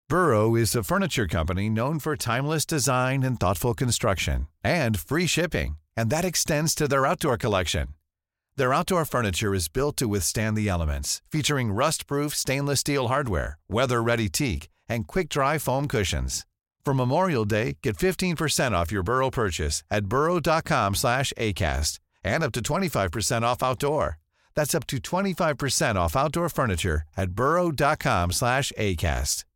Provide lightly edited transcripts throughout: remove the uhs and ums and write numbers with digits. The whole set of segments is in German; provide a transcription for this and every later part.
Burrow is a furniture company known for timeless design and thoughtful construction, and free shipping, and that extends to their outdoor collection. Their outdoor furniture is built to withstand the elements, featuring rust-proof stainless steel hardware, weather-ready teak, and quick-dry foam cushions. For Memorial Day, get 15% off your Burrow purchase at burrow.com/acast, and up to 25% off outdoor. That's up to 25% off outdoor furniture at burrow.com/acast.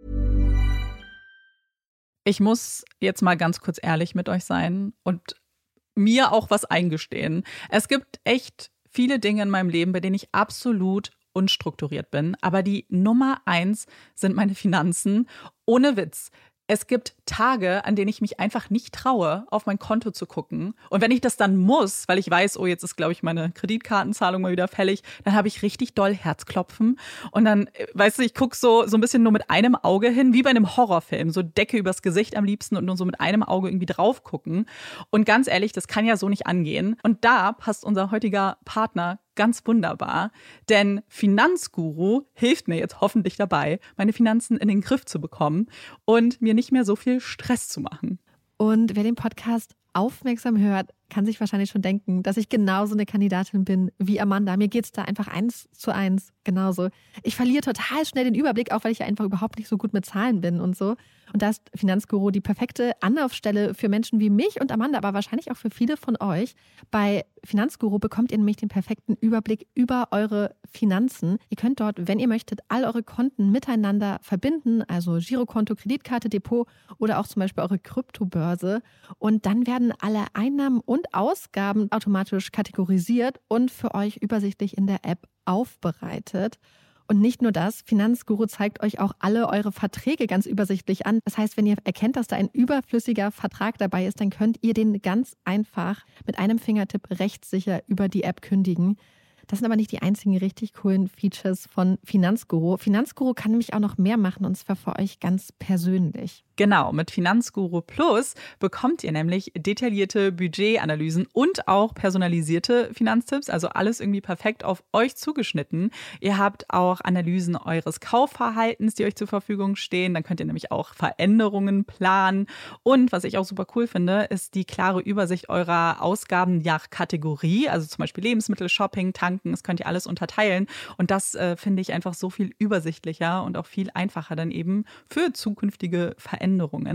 Ich muss jetzt mal ganz kurz ehrlich mit euch sein und mir auch was eingestehen. Es gibt echt viele Dinge in meinem Leben, bei denen ich absolut unstrukturiert bin. Aber die Nummer 1 sind meine Finanzen. Ohne Witz. Es gibt Tage, an denen ich mich einfach nicht traue, auf mein Konto zu gucken. Und wenn ich das dann muss, weil ich weiß, oh, jetzt ist, glaube ich, meine Kreditkartenzahlung mal wieder fällig, dann habe ich richtig doll Herzklopfen. Und dann, weißt du, ich gucke so ein bisschen nur mit einem Auge hin, wie bei einem Horrorfilm. So Decke übers Gesicht am liebsten und nur so mit einem Auge irgendwie drauf gucken. Und ganz ehrlich, das kann ja so nicht angehen. Und da passt unser heutiger Partner ganz wunderbar, denn Finanzguru hilft mir jetzt hoffentlich dabei, meine Finanzen in den Griff zu bekommen und mir nicht mehr so viel Stress zu machen. Und wer den Podcast aufmerksam hört, kann sich wahrscheinlich schon denken, dass ich genauso eine Kandidatin bin wie Amanda. Mir geht's da einfach 1:1 genauso. Ich verliere total schnell den Überblick, auch weil ich ja einfach überhaupt nicht so gut mit Zahlen bin und so. Und da ist Finanzguru die perfekte Anlaufstelle für Menschen wie mich und Amanda, aber wahrscheinlich auch für viele von euch. Bei Finanzguru bekommt ihr nämlich den perfekten Überblick über eure Finanzen. Ihr könnt dort, wenn ihr möchtet, all eure Konten miteinander verbinden, also Girokonto, Kreditkarte, Depot oder auch zum Beispiel eure Kryptobörse. Und dann werden alle Einnahmen und Ausgaben automatisch kategorisiert und für euch übersichtlich in der App aufbereitet. Und nicht nur das, Finanzguru zeigt euch auch alle eure Verträge ganz übersichtlich an. Das heißt, wenn ihr erkennt, dass da ein überflüssiger Vertrag dabei ist, dann könnt ihr den ganz einfach mit einem Fingertipp rechtssicher über die App kündigen. Das sind aber nicht die einzigen richtig coolen Features von Finanzguru. Finanzguru kann nämlich auch noch mehr machen, und zwar für euch ganz persönlich. Genau, mit Finanzguru Plus bekommt ihr nämlich detaillierte Budgetanalysen und auch personalisierte Finanztipps, also alles irgendwie perfekt auf euch zugeschnitten. Ihr habt auch Analysen eures Kaufverhaltens, die euch zur Verfügung stehen. Dann könnt ihr nämlich auch Veränderungen planen. Und was ich auch super cool finde, ist die klare Übersicht eurer Ausgaben nach Kategorie, also zum Beispiel Lebensmittel, Shopping, Tanken, das könnt ihr alles unterteilen. Und das finde ich einfach so viel übersichtlicher und auch viel einfacher dann eben für zukünftige Veränderungen.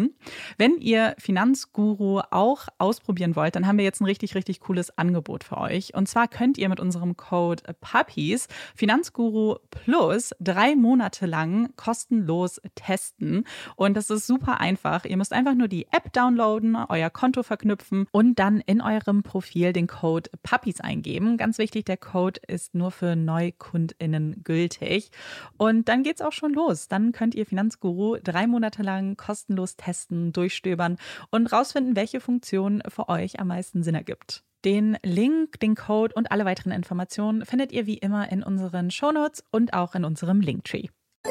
Wenn ihr Finanzguru auch ausprobieren wollt, dann haben wir jetzt ein richtig, richtig cooles Angebot für euch. Und zwar könnt ihr mit unserem Code PUPPIES Finanzguru Plus 3 Monate lang kostenlos testen. Und das ist super einfach. Ihr müsst einfach nur die App downloaden, euer Konto verknüpfen und dann in eurem Profil den Code PUPPIES eingeben. Ganz wichtig, der Code ist nur für NeukundInnen gültig. Und dann geht's auch schon los. Dann könnt ihr Finanzguru 3 Monate lang kostenlos testen, durchstöbern und rausfinden, welche Funktion für euch am meisten Sinn ergibt. Den Link, den Code und alle weiteren Informationen findet ihr wie immer in unseren Shownotes und auch in unserem Linktree.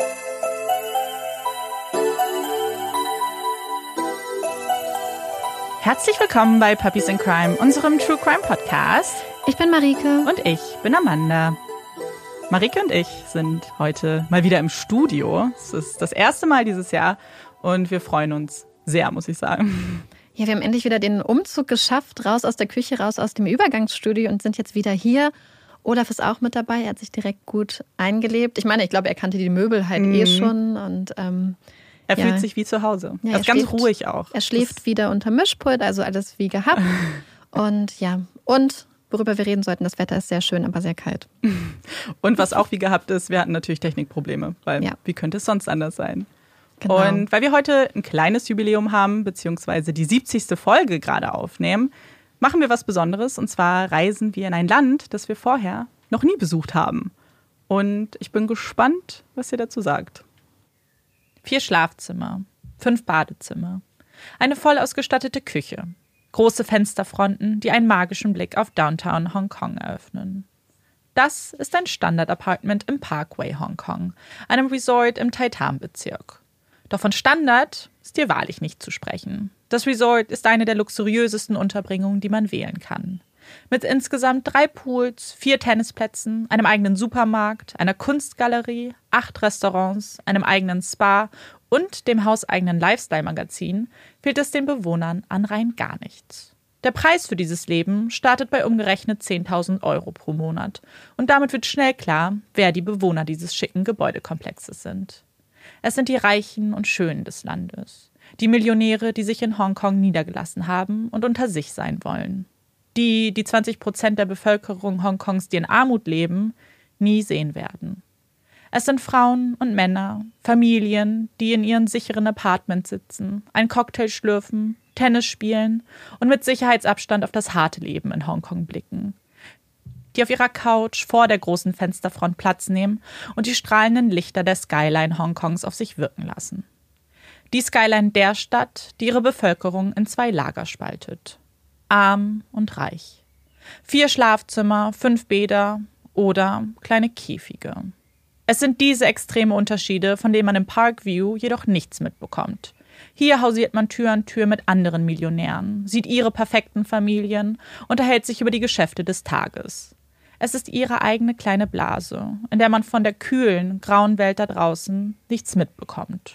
Herzlich willkommen bei Puppies in Crime, unserem True Crime Podcast. Ich bin Marike. Und ich bin Amanda. Marike und ich sind heute mal wieder im Studio. Es ist das erste Mal dieses Jahr und wir freuen uns sehr, muss ich sagen. Ja, wir haben endlich wieder den Umzug geschafft, raus aus der Küche, raus aus dem Übergangsstudio und sind jetzt wieder hier. Olaf ist auch mit dabei, er hat sich direkt gut eingelebt. Ich meine, ich glaube, er kannte die Möbel halt eh schon. Und, er fühlt sich wie zu Hause. Ja, er ist ganz ruhig auch. Er schläft wieder unter Mischpult, also alles wie gehabt. Und worüber wir reden sollten, das Wetter ist sehr schön, aber sehr kalt. Und was auch wie gehabt ist, wir hatten natürlich Technikprobleme, weil wie könnte es sonst anders sein? Genau. Und weil wir heute ein kleines Jubiläum haben, beziehungsweise die 70. Folge gerade aufnehmen, machen wir was Besonderes. Und zwar reisen wir in ein Land, das wir vorher noch nie besucht haben. Und ich bin gespannt, was ihr dazu sagt. 4 Schlafzimmer, 5 Badezimmer, eine voll ausgestattete Küche, große Fensterfronten, die einen magischen Blick auf Downtown Hongkong eröffnen. Das ist ein Standard-Apartment im Parkway Hongkong, einem Resort im Taitham-Bezirk. Doch von Standard ist hier wahrlich nicht zu sprechen. Das Resort ist eine der luxuriösesten Unterbringungen, die man wählen kann. Mit insgesamt 3 Pools, 4 Tennisplätzen, einem eigenen Supermarkt, einer Kunstgalerie, 8 Restaurants, einem eigenen Spa und dem hauseigenen Lifestyle-Magazin fehlt es den Bewohnern an rein gar nichts. Der Preis für dieses Leben startet bei umgerechnet 10.000 Euro pro Monat und damit wird schnell klar, wer die Bewohner dieses schicken Gebäudekomplexes sind. Es sind die Reichen und Schönen des Landes, die Millionäre, die sich in Hongkong niedergelassen haben und unter sich sein wollen. Die 20% der Bevölkerung Hongkongs, die in Armut leben, nie sehen werden. Es sind Frauen und Männer, Familien, die in ihren sicheren Apartments sitzen, einen Cocktail schlürfen, Tennis spielen und mit Sicherheitsabstand auf das harte Leben in Hongkong blicken. Die auf ihrer Couch vor der großen Fensterfront Platz nehmen und die strahlenden Lichter der Skyline Hongkongs auf sich wirken lassen. Die Skyline der Stadt, die ihre Bevölkerung in 2 Lager spaltet. Arm und reich. 4 Schlafzimmer, 5 Bäder oder kleine Käfige. Es sind diese extreme Unterschiede, von denen man im Parkview jedoch nichts mitbekommt. Hier hausiert man Tür an Tür mit anderen Millionären, sieht ihre perfekten Familien, unterhält sich über die Geschäfte des Tages. Es ist ihre eigene kleine Blase, in der man von der kühlen, grauen Welt da draußen nichts mitbekommt.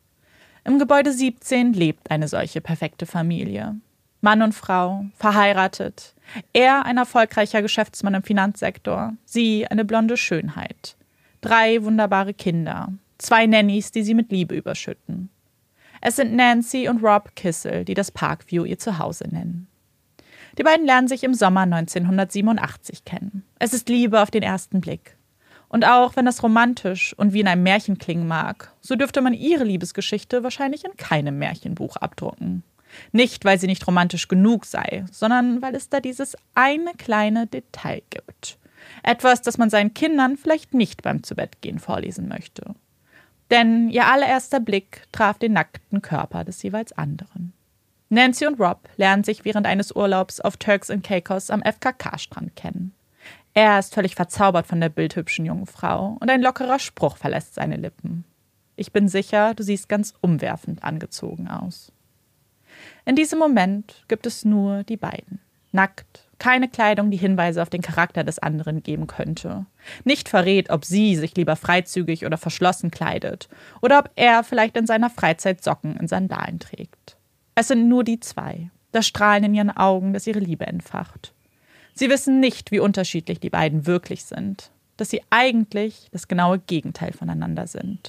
Im Gebäude 17 lebt eine solche perfekte Familie. Mann und Frau, verheiratet. Er ein erfolgreicher Geschäftsmann im Finanzsektor, sie eine blonde Schönheit. 3 wunderbare Kinder, 2 Nannies, die sie mit Liebe überschütten. Es sind Nancy und Rob Kissel, die das Parkview ihr Zuhause nennen. Die beiden lernen sich im Sommer 1987 kennen. Es ist Liebe auf den ersten Blick. Und auch wenn das romantisch und wie in einem Märchen klingen mag, so dürfte man ihre Liebesgeschichte wahrscheinlich in keinem Märchenbuch abdrucken. Nicht, weil sie nicht romantisch genug sei, sondern weil es da dieses eine kleine Detail gibt. Etwas, das man seinen Kindern vielleicht nicht beim Zubettgehen vorlesen möchte. Denn ihr allererster Blick traf den nackten Körper des jeweils anderen. Nancy und Rob lernen sich während eines Urlaubs auf Turks and Caicos am FKK-Strand kennen. Er ist völlig verzaubert von der bildhübschen jungen Frau und ein lockerer Spruch verlässt seine Lippen. Ich bin sicher, du siehst ganz umwerfend angezogen aus. In diesem Moment gibt es nur die beiden. Nackt, keine Kleidung, die Hinweise auf den Charakter des anderen geben könnte. Nicht verrät, ob sie sich lieber freizügig oder verschlossen kleidet oder ob er vielleicht in seiner Freizeit Socken in Sandalen trägt. Es sind nur die 2, das Strahlen in ihren Augen, das ihre Liebe entfacht. Sie wissen nicht, wie unterschiedlich die beiden wirklich sind, dass sie eigentlich das genaue Gegenteil voneinander sind.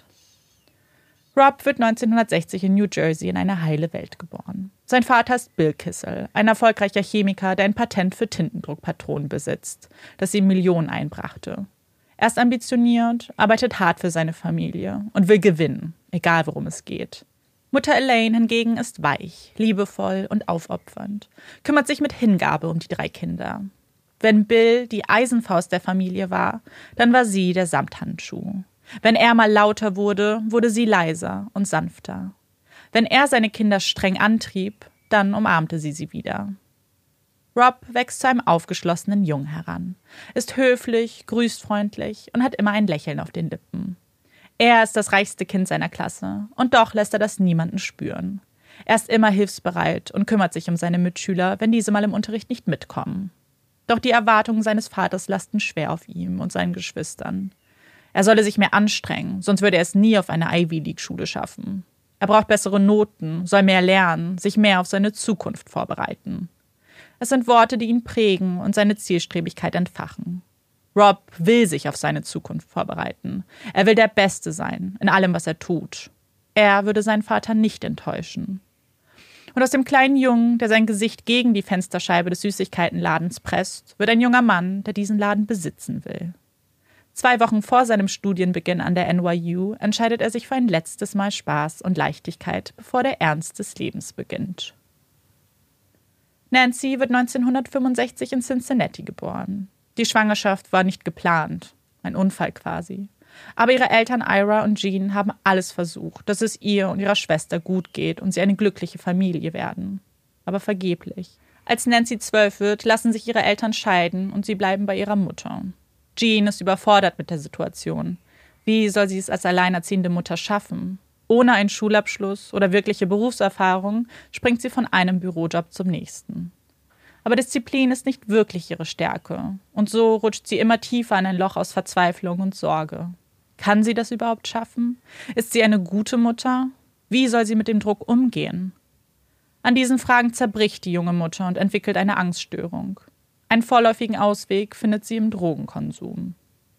Rob wird 1960 in New Jersey in eine heile Welt geboren. Sein Vater ist Bill Kissel, ein erfolgreicher Chemiker, der ein Patent für Tintendruckpatronen besitzt, das ihm Millionen einbrachte. Er ist ambitioniert, arbeitet hart für seine Familie und will gewinnen, egal worum es geht. Mutter Elaine hingegen ist weich, liebevoll und aufopfernd, kümmert sich mit Hingabe um die 3 Kinder. Wenn Bill die Eisenfaust der Familie war, dann war sie der Samthandschuh. Wenn er mal lauter wurde, wurde sie leiser und sanfter. Wenn er seine Kinder streng antrieb, dann umarmte sie wieder. Rob wächst zu einem aufgeschlossenen Jungen heran, ist höflich, grüßt freundlich und hat immer ein Lächeln auf den Lippen. Er ist das reichste Kind seiner Klasse und doch lässt er das niemanden spüren. Er ist immer hilfsbereit und kümmert sich um seine Mitschüler, wenn diese mal im Unterricht nicht mitkommen. Doch die Erwartungen seines Vaters lasten schwer auf ihm und seinen Geschwistern. Er solle sich mehr anstrengen, sonst würde er es nie auf eine Ivy-League-Schule schaffen. Er braucht bessere Noten, soll mehr lernen, sich mehr auf seine Zukunft vorbereiten. Es sind Worte, die ihn prägen und seine Zielstrebigkeit entfachen. Rob will sich auf seine Zukunft vorbereiten. Er will der Beste sein, in allem, was er tut. Er würde seinen Vater nicht enttäuschen. Und aus dem kleinen Jungen, der sein Gesicht gegen die Fensterscheibe des Süßigkeitenladens presst, wird ein junger Mann, der diesen Laden besitzen will. 2 Wochen vor seinem Studienbeginn an der NYU entscheidet er sich für ein letztes Mal Spaß und Leichtigkeit, bevor der Ernst des Lebens beginnt. Nancy wird 1965 in Cincinnati geboren. Die Schwangerschaft war nicht geplant, ein Unfall quasi. Aber ihre Eltern Ira und Jean haben alles versucht, dass es ihr und ihrer Schwester gut geht und sie eine glückliche Familie werden. Aber vergeblich. Als Nancy 12 wird, lassen sich ihre Eltern scheiden und sie bleiben bei ihrer Mutter. Jean ist überfordert mit der Situation. Wie soll sie es als alleinerziehende Mutter schaffen? Ohne einen Schulabschluss oder wirkliche Berufserfahrung springt sie von einem Bürojob zum nächsten. Aber Disziplin ist nicht wirklich ihre Stärke. Und so rutscht sie immer tiefer in ein Loch aus Verzweiflung und Sorge. Kann sie das überhaupt schaffen? Ist sie eine gute Mutter? Wie soll sie mit dem Druck umgehen? An diesen Fragen zerbricht die junge Mutter und entwickelt eine Angststörung. Einen vorläufigen Ausweg findet sie im Drogenkonsum.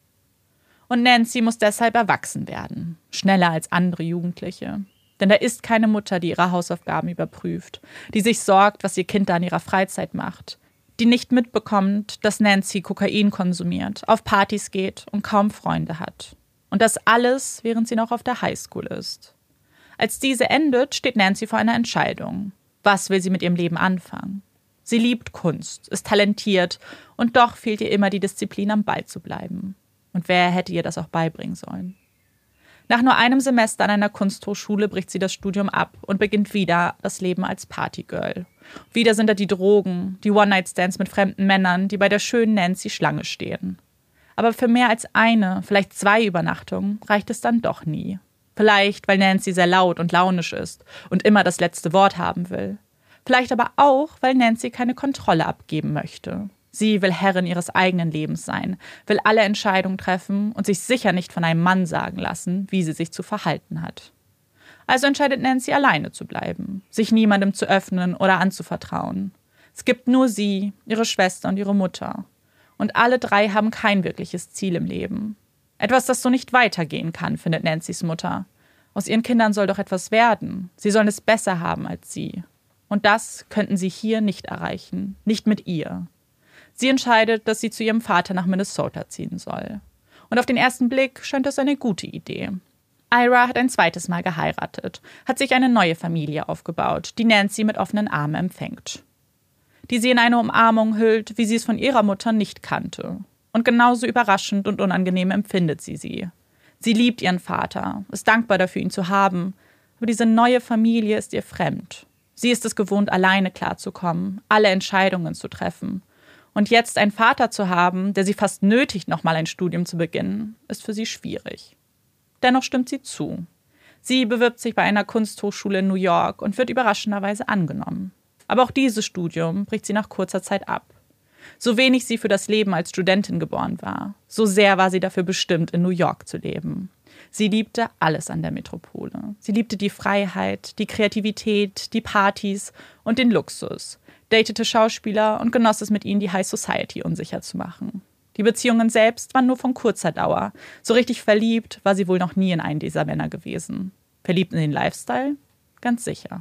Und Nancy muss deshalb erwachsen werden, schneller als andere Jugendliche. Denn da ist keine Mutter, die ihre Hausaufgaben überprüft, die sich sorgt, was ihr Kind da in ihrer Freizeit macht, die nicht mitbekommt, dass Nancy Kokain konsumiert, auf Partys geht und kaum Freunde hat. Und das alles, während sie noch auf der Highschool ist. Als diese endet, steht Nancy vor einer Entscheidung. Was will sie mit ihrem Leben anfangen? Sie liebt Kunst, ist talentiert und doch fehlt ihr immer die Disziplin, am Ball zu bleiben. Und wer hätte ihr das auch beibringen sollen? Nach nur einem Semester an einer Kunsthochschule bricht sie das Studium ab und beginnt wieder das Leben als Partygirl. Wieder sind da die Drogen, die One-Night-Stands mit fremden Männern, die bei der schönen Nancy Schlange stehen. Aber für mehr als eine, vielleicht 2 Übernachtungen reicht es dann doch nie. Vielleicht, weil Nancy sehr laut und launisch ist und immer das letzte Wort haben will. Vielleicht aber auch, weil Nancy keine Kontrolle abgeben möchte. Sie will Herrin ihres eigenen Lebens sein, will alle Entscheidungen treffen und sich sicher nicht von einem Mann sagen lassen, wie sie sich zu verhalten hat. Also entscheidet Nancy, alleine zu bleiben, sich niemandem zu öffnen oder anzuvertrauen. Es gibt nur sie, ihre Schwester und ihre Mutter. Und alle 3 haben kein wirkliches Ziel im Leben. Etwas, das so nicht weitergehen kann, findet Nancy's Mutter. Aus ihren Kindern soll doch etwas werden. Sie sollen es besser haben als sie. Und das könnten sie hier nicht erreichen, nicht mit ihr. Sie entscheidet, dass sie zu ihrem Vater nach Minnesota ziehen soll. Und auf den ersten Blick scheint das eine gute Idee. Ira hat ein zweites Mal geheiratet, hat sich eine neue Familie aufgebaut, die Nancy mit offenen Armen empfängt. Die sie in eine Umarmung hüllt, wie sie es von ihrer Mutter nicht kannte. Und genauso überraschend und unangenehm empfindet sie sie. Sie liebt ihren Vater, ist dankbar dafür, ihn zu haben, aber diese neue Familie ist ihr fremd. Sie ist es gewohnt, alleine klarzukommen, alle Entscheidungen zu treffen. Und jetzt einen Vater zu haben, der sie fast nötigt, nochmal ein Studium zu beginnen, ist für sie schwierig. Dennoch stimmt sie zu. Sie bewirbt sich bei einer Kunsthochschule in New York und wird überraschenderweise angenommen. Aber auch dieses Studium bricht sie nach kurzer Zeit ab. So wenig sie für das Leben als Studentin geboren war, so sehr war sie dafür bestimmt, in New York zu leben. Sie liebte alles an der Metropole. Sie liebte die Freiheit, die Kreativität, die Partys und den Luxus, datete Schauspieler und genoss es, mit ihnen die High Society unsicher zu machen. Die Beziehungen selbst waren nur von kurzer Dauer. So richtig verliebt war sie wohl noch nie in einen dieser Männer gewesen. Verliebt in den Lifestyle? Ganz sicher.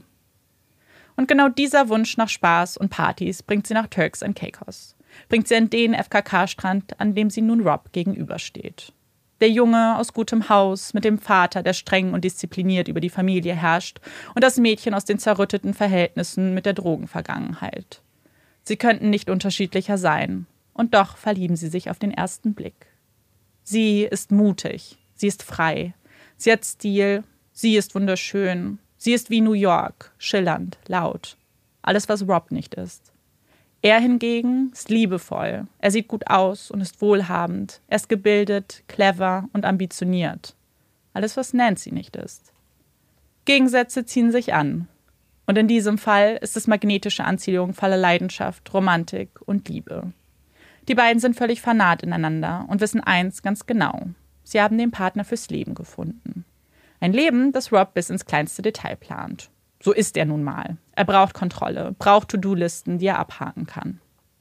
Und genau dieser Wunsch nach Spaß und Partys bringt sie nach Turks and Caicos. Bringt sie an den FKK-Strand, an dem sie nun Rob gegenübersteht. Der Junge aus gutem Haus mit dem Vater, der streng und diszipliniert über die Familie herrscht, und das Mädchen aus den zerrütteten Verhältnissen mit der Drogenvergangenheit. Sie könnten nicht unterschiedlicher sein, und doch verlieben sie sich auf den ersten Blick. Sie ist mutig, sie ist frei, sie hat Stil, sie ist wunderschön, sie ist wie New York, schillernd, laut. Alles, was Rob nicht ist. Er hingegen ist liebevoll, er sieht gut aus und ist wohlhabend, er ist gebildet, clever und ambitioniert. Alles, was Nancy nicht ist. Gegensätze ziehen sich an. Und in diesem Fall ist es magnetische Anziehung voller Leidenschaft, Romantik und Liebe. Die beiden sind völlig vernarrt ineinander und wissen eins ganz genau. Sie haben den Partner fürs Leben gefunden. Ein Leben, das Rob bis ins kleinste Detail plant. So ist er nun mal. Er braucht Kontrolle, braucht To-Do-Listen, die er abhaken kann.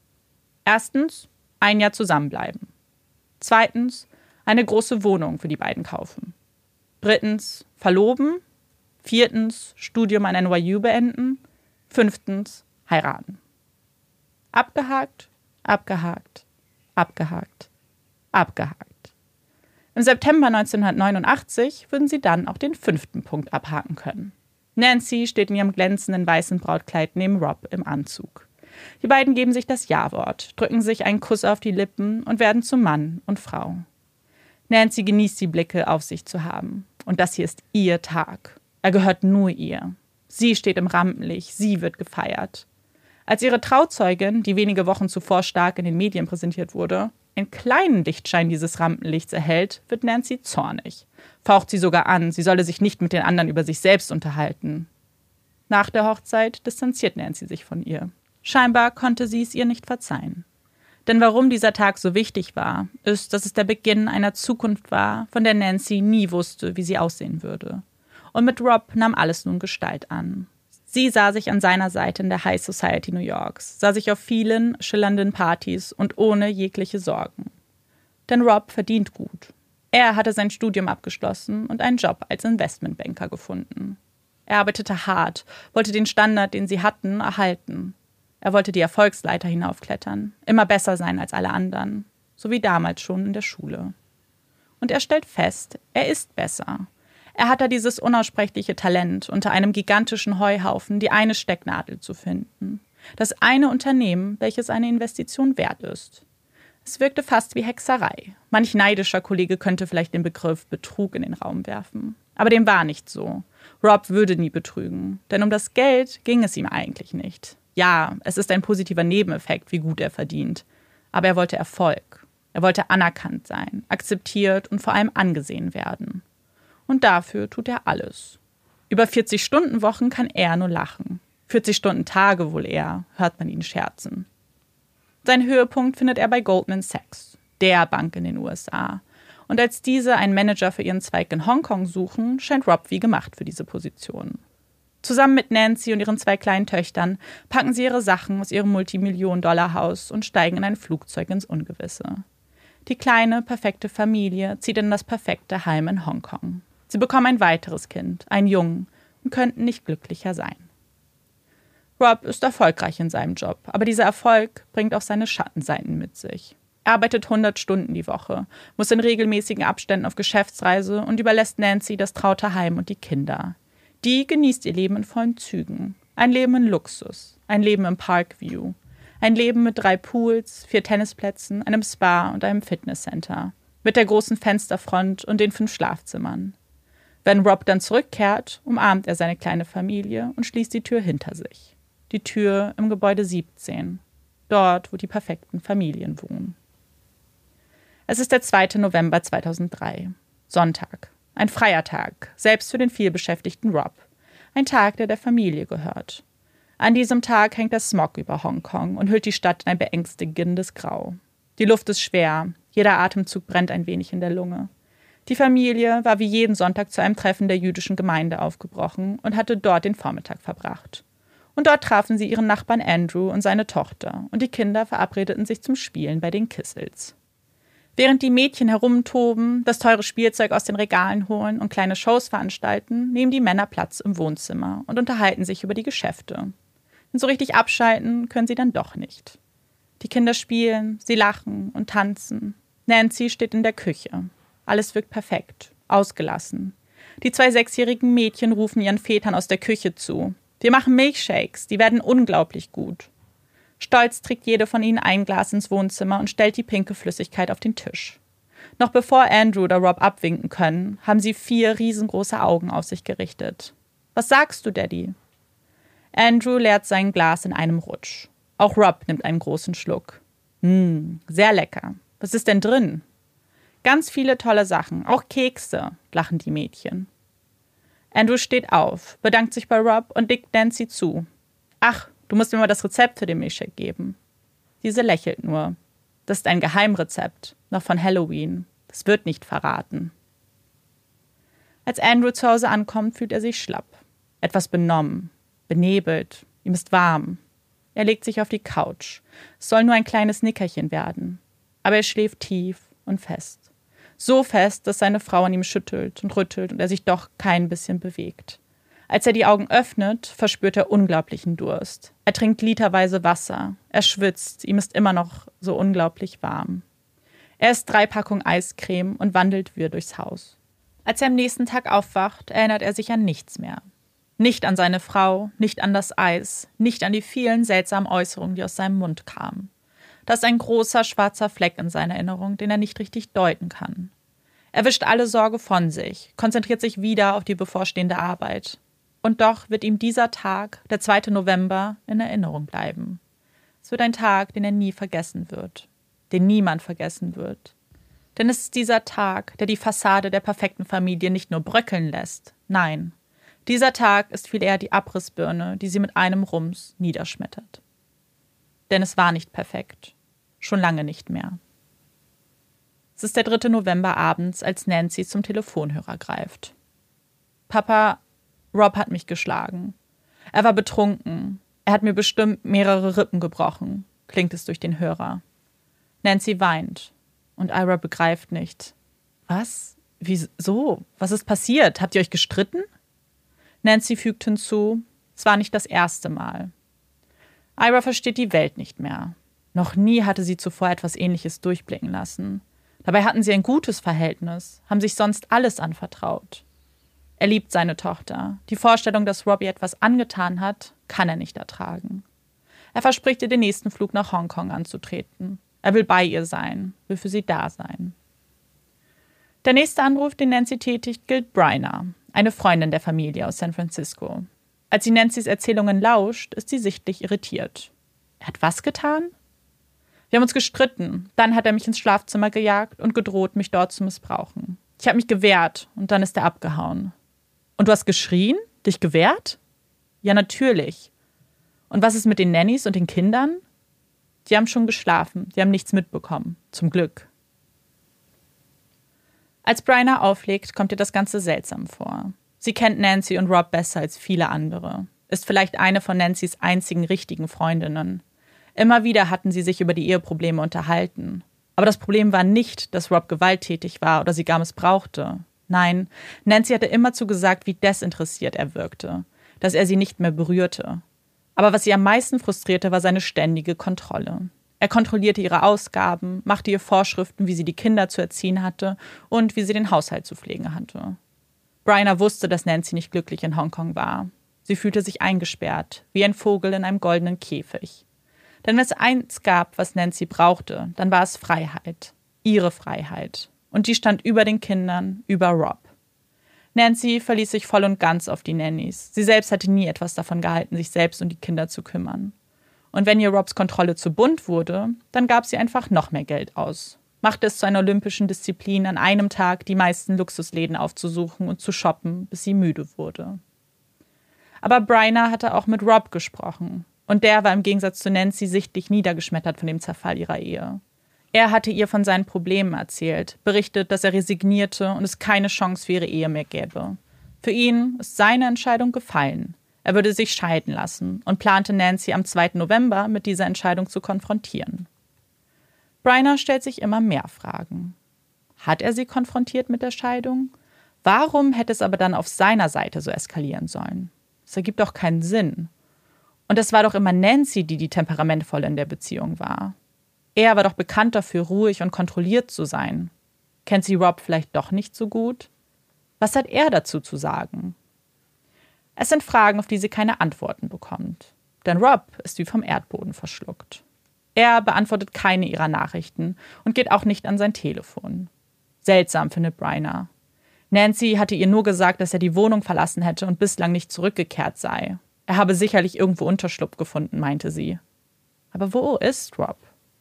1. ein Jahr zusammenbleiben. 2. eine große Wohnung für die beiden kaufen. 3. verloben. 4. Studium an NYU beenden. 5. heiraten. Abgehakt, abgehakt, abgehakt, abgehakt. Im September 1989 würden sie dann auch den 5. Punkt abhaken können. Nancy steht in ihrem glänzenden weißen Brautkleid neben Rob im Anzug. Die beiden geben sich das Ja-Wort, drücken sich einen Kuss auf die Lippen und werden zu Mann und Frau. Nancy genießt die Blicke auf sich zu haben. Und das hier ist ihr Tag. Er gehört nur ihr. Sie steht im Rampenlicht, sie wird gefeiert. Als ihre Trauzeugin, die wenige Wochen zuvor stark in den Medien präsentiert wurde, einen kleinen Lichtschein dieses Rampenlichts erhält, wird Nancy zornig. Faucht sie sogar an, sie solle sich nicht mit den anderen über sich selbst unterhalten. Nach der Hochzeit distanziert Nancy sich von ihr. Scheinbar konnte sie es ihr nicht verzeihen. Denn warum dieser Tag so wichtig war, ist, dass es der Beginn einer Zukunft war, von der Nancy nie wusste, wie sie aussehen würde. Und mit Rob nahm alles nun Gestalt an. Sie sah sich an seiner Seite in der High Society New Yorks, sah sich auf vielen schillernden Partys und ohne jegliche Sorgen. Denn Rob verdient gut. Er hatte sein Studium abgeschlossen und einen Job als Investmentbanker gefunden. Er arbeitete hart, wollte den Standard, den sie hatten, erhalten. Er wollte die Erfolgsleiter hinaufklettern, immer besser sein als alle anderen, so wie damals schon in der Schule. Und er stellt fest, er ist besser. Er hat da dieses unaussprechliche Talent, unter einem gigantischen Heuhaufen die eine Stecknadel zu finden. Das eine Unternehmen, welches eine Investition wert ist. Es wirkte fast wie Hexerei. Manch neidischer Kollege könnte vielleicht den Begriff Betrug in den Raum werfen. Aber dem war nicht so. Rob würde nie betrügen, denn um das Geld ging es ihm eigentlich nicht. Ja, es ist ein positiver Nebeneffekt, wie gut er verdient. Aber er wollte Erfolg. Er wollte anerkannt sein, akzeptiert und vor allem angesehen werden. Und dafür tut er alles. Über 40-Stunden-Wochen kann er nur lachen. 40-Stunden-Tage wohl eher, hört man ihn scherzen. Seinen Höhepunkt findet er bei Goldman Sachs, der Bank in den USA. Und als diese einen Manager für ihren Zweig in Hongkong suchen, scheint Rob wie gemacht für diese Position. Zusammen mit Nancy und ihren 2 kleinen Töchtern packen sie ihre Sachen aus ihrem Multimillionen-Dollar-Haus und steigen in ein Flugzeug ins Ungewisse. Die kleine, perfekte Familie zieht in das perfekte Heim in Hongkong. Sie bekommen ein weiteres Kind, einen Jungen, und könnten nicht glücklicher sein. Rob ist erfolgreich in seinem Job, aber dieser Erfolg bringt auch seine Schattenseiten mit sich. Er arbeitet 100 Stunden die Woche, muss in regelmäßigen Abständen auf Geschäftsreise und überlässt Nancy das traute Heim und die Kinder. Die genießt ihr Leben in vollen Zügen. Ein Leben in Luxus, ein Leben im Parkview, ein Leben mit 3 Pools, 4 Tennisplätzen, einem Spa und einem Fitnesscenter, mit der großen Fensterfront und den 5 Schlafzimmern. Wenn Rob dann zurückkehrt, umarmt er seine kleine Familie und schließt die Tür hinter sich. Die Tür im Gebäude 17, dort, wo die perfekten Familien wohnen. Es ist der 2. November 2003, Sonntag, ein freier Tag, selbst für den vielbeschäftigten Rob. Ein Tag, der Familie gehört. An diesem Tag hängt der Smog über Hongkong und hüllt die Stadt in ein beängstigendes Grau. Die Luft ist schwer, jeder Atemzug brennt ein wenig in der Lunge. Die Familie war wie jeden Sonntag zu einem Treffen der jüdischen Gemeinde aufgebrochen und hatte dort den Vormittag verbracht. Und dort trafen sie ihren Nachbarn Andrew und seine Tochter, und die Kinder verabredeten sich zum Spielen bei den Kissels. Während die Mädchen herumtoben, das teure Spielzeug aus den Regalen holen und kleine Shows veranstalten, nehmen die Männer Platz im Wohnzimmer und unterhalten sich über die Geschäfte. Und so richtig abschalten können sie dann doch nicht. Die Kinder spielen, sie lachen und tanzen. Nancy steht in der Küche. Alles wirkt perfekt, ausgelassen. Die 2 6-jährigen Mädchen rufen ihren Vätern aus der Küche zu. Wir machen Milchshakes, die werden unglaublich gut. Stolz trägt jede von ihnen ein Glas ins Wohnzimmer und stellt die pinke Flüssigkeit auf den Tisch. Noch bevor Andrew oder Rob abwinken können, haben sie 4 riesengroße Augen auf sich gerichtet. Was sagst du, Daddy? Andrew leert sein Glas in einem Rutsch. Auch Rob nimmt einen großen Schluck. Sehr lecker. Was ist denn drin? Ganz viele tolle Sachen, auch Kekse, lachen die Mädchen. Andrew steht auf, bedankt sich bei Rob und nickt Nancy zu. Ach, du musst mir mal das Rezept für den Milchshake geben. Diese lächelt nur. Das ist ein Geheimrezept, noch von Halloween. Das wird nicht verraten. Als Andrew zu Hause ankommt, fühlt er sich schlapp. Etwas benommen, benebelt, ihm ist warm. Er legt sich auf die Couch. Es soll nur ein kleines Nickerchen werden. Aber er schläft tief und fest. So fest, dass seine Frau an ihm schüttelt und rüttelt und er sich doch kein bisschen bewegt. Als er die Augen öffnet, verspürt er unglaublichen Durst. Er trinkt literweise Wasser. Er schwitzt, ihm ist immer noch so unglaublich warm. Er isst 3 Packungen Eiscreme und wandelt wirr durchs Haus. Als er am nächsten Tag aufwacht, erinnert er sich an nichts mehr. Nicht an seine Frau, nicht an das Eis, nicht an die vielen seltsamen Äußerungen, die aus seinem Mund kamen. Da ist ein großer schwarzer Fleck in seiner Erinnerung, den er nicht richtig deuten kann. Er wischt alle Sorge von sich, konzentriert sich wieder auf die bevorstehende Arbeit. Und doch wird ihm dieser Tag, der 2. November, in Erinnerung bleiben. Es wird ein Tag, den er nie vergessen wird, den niemand vergessen wird. Denn es ist dieser Tag, der die Fassade der perfekten Familie nicht nur bröckeln lässt, nein, dieser Tag ist viel eher die Abrissbirne, die sie mit einem Rums niederschmettert. Denn es war nicht perfekt. Schon lange nicht mehr. Es ist der 3. November abends, als Nancy zum Telefonhörer greift. »Papa, Rob hat mich geschlagen. Er war betrunken. Er hat mir bestimmt mehrere Rippen gebrochen, klingt es durch den Hörer. Nancy weint und Ira begreift nicht. Was? Wieso? Was ist passiert? Habt ihr euch gestritten? Nancy fügt hinzu, es war nicht das erste Mal. Ira versteht die Welt nicht mehr. Noch nie hatte sie zuvor etwas Ähnliches durchblicken lassen. Dabei hatten sie ein gutes Verhältnis, haben sich sonst alles anvertraut. Er liebt seine Tochter. Die Vorstellung, dass Rob ihr etwas angetan hat, kann er nicht ertragen. Er verspricht ihr, den nächsten Flug nach Hongkong anzutreten. Er will bei ihr sein, will für sie da sein. Der nächste Anruf, den Nancy tätigt, gilt Bryna, eine Freundin der Familie aus San Francisco. Als sie Nancy's Erzählungen lauscht, ist sie sichtlich irritiert. Er hat was getan? Wir haben uns gestritten. Dann hat er mich ins Schlafzimmer gejagt und gedroht, mich dort zu missbrauchen. Ich habe mich gewehrt und dann ist er abgehauen. Und du hast geschrien? Dich gewehrt? Ja, natürlich. Und was ist mit den Nannies und den Kindern? Die haben schon geschlafen. Die haben nichts mitbekommen. Zum Glück. Als Bryna auflegt, kommt ihr das Ganze seltsam vor. Sie kennt Nancy und Rob besser als viele andere. Ist vielleicht eine von Nancy's einzigen richtigen Freundinnen. Immer wieder hatten sie sich über die Eheprobleme unterhalten. Aber das Problem war nicht, dass Rob gewalttätig war oder sie gar missbrauchte. Nein, Nancy hatte immerzu gesagt, wie desinteressiert er wirkte, dass er sie nicht mehr berührte. Aber was sie am meisten frustrierte, war seine ständige Kontrolle. Er kontrollierte ihre Ausgaben, machte ihr Vorschriften, wie sie die Kinder zu erziehen hatte und wie sie den Haushalt zu pflegen hatte. Bryna wusste, dass Nancy nicht glücklich in Hongkong war. Sie fühlte sich eingesperrt, wie ein Vogel in einem goldenen Käfig. Denn wenn es eins gab, was Nancy brauchte, dann war es Freiheit. Ihre Freiheit. Und die stand über den Kindern, über Rob. Nancy verließ sich voll und ganz auf die Nannies. Sie selbst hatte nie etwas davon gehalten, sich selbst um die Kinder zu kümmern. Und wenn ihr Robs Kontrolle zu bunt wurde, dann gab sie einfach noch mehr Geld aus. Machte es zu einer olympischen Disziplin, an einem Tag die meisten Luxusläden aufzusuchen und zu shoppen, bis sie müde wurde. Aber Bryna hatte auch mit Rob gesprochen. Und der war im Gegensatz zu Nancy sichtlich niedergeschmettert von dem Zerfall ihrer Ehe. Er hatte ihr von seinen Problemen erzählt, berichtet, dass er resignierte und es keine Chance für ihre Ehe mehr gäbe. Für ihn ist seine Entscheidung gefallen. Er würde sich scheiden lassen und plante Nancy am 2. November mit dieser Entscheidung zu konfrontieren. Bryna stellt sich immer mehr Fragen. Hat er sie konfrontiert mit der Scheidung? Warum hätte es aber dann auf seiner Seite so eskalieren sollen? Das ergibt doch keinen Sinn. Und es war doch immer Nancy, die temperamentvolle in der Beziehung war. Er war doch bekannt dafür, ruhig und kontrolliert zu sein. Kennt sie Rob vielleicht doch nicht so gut? Was hat er dazu zu sagen? Es sind Fragen, auf die sie keine Antworten bekommt. Denn Rob ist wie vom Erdboden verschluckt. Er beantwortet keine ihrer Nachrichten und geht auch nicht an sein Telefon. Seltsam, findet Bryna. Nancy hatte ihr nur gesagt, dass er die Wohnung verlassen hätte und bislang nicht zurückgekehrt sei. Er habe sicherlich irgendwo Unterschlupf gefunden, meinte sie. Aber wo ist Rob?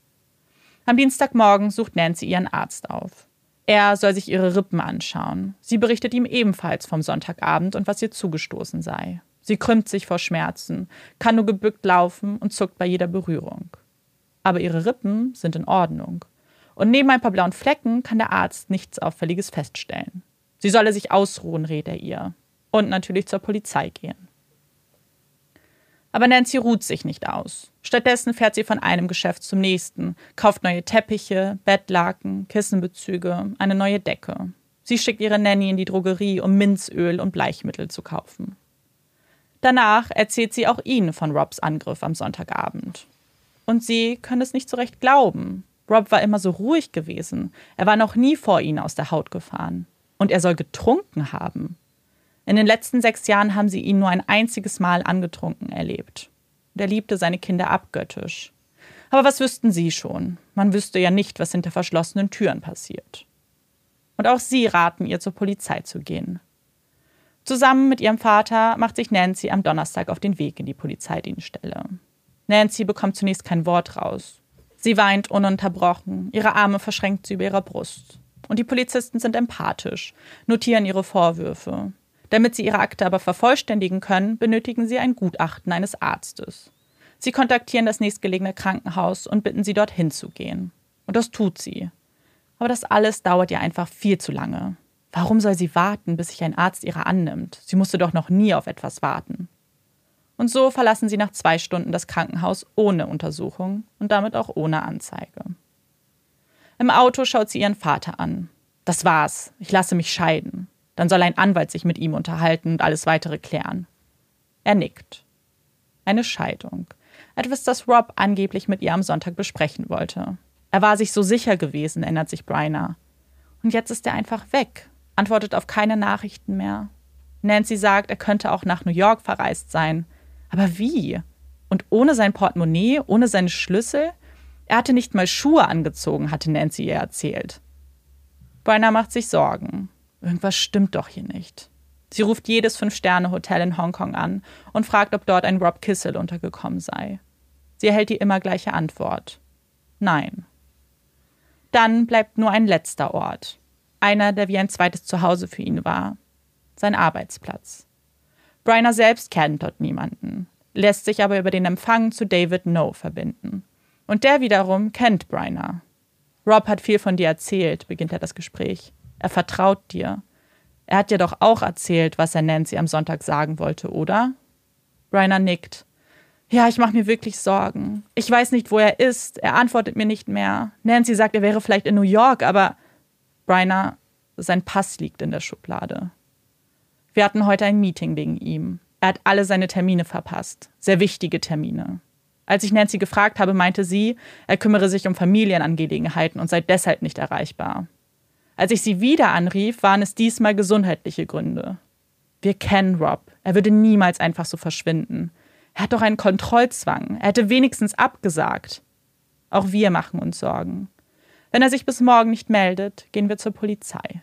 Am Dienstagmorgen sucht Nancy ihren Arzt auf. Er soll sich ihre Rippen anschauen. Sie berichtet ihm ebenfalls vom Sonntagabend und was ihr zugestoßen sei. Sie krümmt sich vor Schmerzen, kann nur gebückt laufen und zuckt bei jeder Berührung. Aber ihre Rippen sind in Ordnung. Und neben ein paar blauen Flecken kann der Arzt nichts Auffälliges feststellen. Sie solle sich ausruhen, rät er ihr. Und natürlich zur Polizei gehen. Aber Nancy ruht sich nicht aus. Stattdessen fährt sie von einem Geschäft zum nächsten, kauft neue Teppiche, Bettlaken, Kissenbezüge, eine neue Decke. Sie schickt ihre Nanny in die Drogerie, um Minzöl und Bleichmittel zu kaufen. Danach erzählt sie auch ihnen von Robs Angriff am Sonntagabend. Und sie können es nicht so recht glauben. Rob war immer so ruhig gewesen. Er war noch nie vor ihnen aus der Haut gefahren. Und er soll getrunken haben. In den letzten 6 Jahren haben sie ihn nur ein einziges Mal angetrunken erlebt. Und er liebte seine Kinder abgöttisch. Aber was wüssten sie schon? Man wüsste ja nicht, was hinter verschlossenen Türen passiert. Und auch sie raten ihr, zur Polizei zu gehen. Zusammen mit ihrem Vater macht sich Nancy am Donnerstag auf den Weg in die Polizeidienststelle. Nancy bekommt zunächst kein Wort raus. Sie weint ununterbrochen, ihre Arme verschränkt sie über ihrer Brust. Und die Polizisten sind empathisch, notieren ihre Vorwürfe. Damit sie ihre Akte aber vervollständigen können, benötigen sie ein Gutachten eines Arztes. Sie kontaktieren das nächstgelegene Krankenhaus und bitten sie, dorthin zu gehen. Und das tut sie. Aber das alles dauert ihr einfach viel zu lange. Warum soll sie warten, bis sich ein Arzt ihrer annimmt? Sie musste doch noch nie auf etwas warten. Und so verlassen sie nach 2 Stunden das Krankenhaus ohne Untersuchung und damit auch ohne Anzeige. Im Auto schaut sie ihren Vater an. Das war's, ich lasse mich scheiden. Dann soll ein Anwalt sich mit ihm unterhalten und alles Weitere klären. Er nickt. Eine Scheidung. Etwas, das Rob angeblich mit ihr am Sonntag besprechen wollte. Er war sich so sicher gewesen, erinnert sich Bryna. Und jetzt ist er einfach weg, antwortet auf keine Nachrichten mehr. Nancy sagt, er könnte auch nach New York verreist sein. Aber wie? Und ohne sein Portemonnaie, ohne seine Schlüssel? Er hatte nicht mal Schuhe angezogen, hatte Nancy ihr erzählt. Bryna macht sich Sorgen. Irgendwas stimmt doch hier nicht. Sie ruft jedes 5-Sterne-Hotel in Hongkong an und fragt, ob dort ein Rob Kissel untergekommen sei. Sie erhält die immer gleiche Antwort. Nein. Dann bleibt nur ein letzter Ort. Einer, der wie ein zweites Zuhause für ihn war. Sein Arbeitsplatz. Bryna selbst kennt dort niemanden, lässt sich aber über den Empfang zu David No verbinden. Und der wiederum kennt Bryna. Rob hat viel von dir erzählt, beginnt er das Gespräch. Er vertraut dir. Er hat dir doch auch erzählt, was er Nancy am Sonntag sagen wollte, oder? Bryna nickt. Ja, ich mache mir wirklich Sorgen. Ich weiß nicht, wo er ist. Er antwortet mir nicht mehr. Nancy sagt, er wäre vielleicht in New York, aber Bryna, sein Pass liegt in der Schublade. Wir hatten heute ein Meeting wegen ihm. Er hat alle seine Termine verpasst. Sehr wichtige Termine. Als ich Nancy gefragt habe, meinte sie, er kümmere sich um Familienangelegenheiten und sei deshalb nicht erreichbar. Als ich sie wieder anrief, waren es diesmal gesundheitliche Gründe. Wir kennen Rob. Er würde niemals einfach so verschwinden. Er hat doch einen Kontrollzwang. Er hätte wenigstens abgesagt. Auch wir machen uns Sorgen. Wenn er sich bis morgen nicht meldet, gehen wir zur Polizei.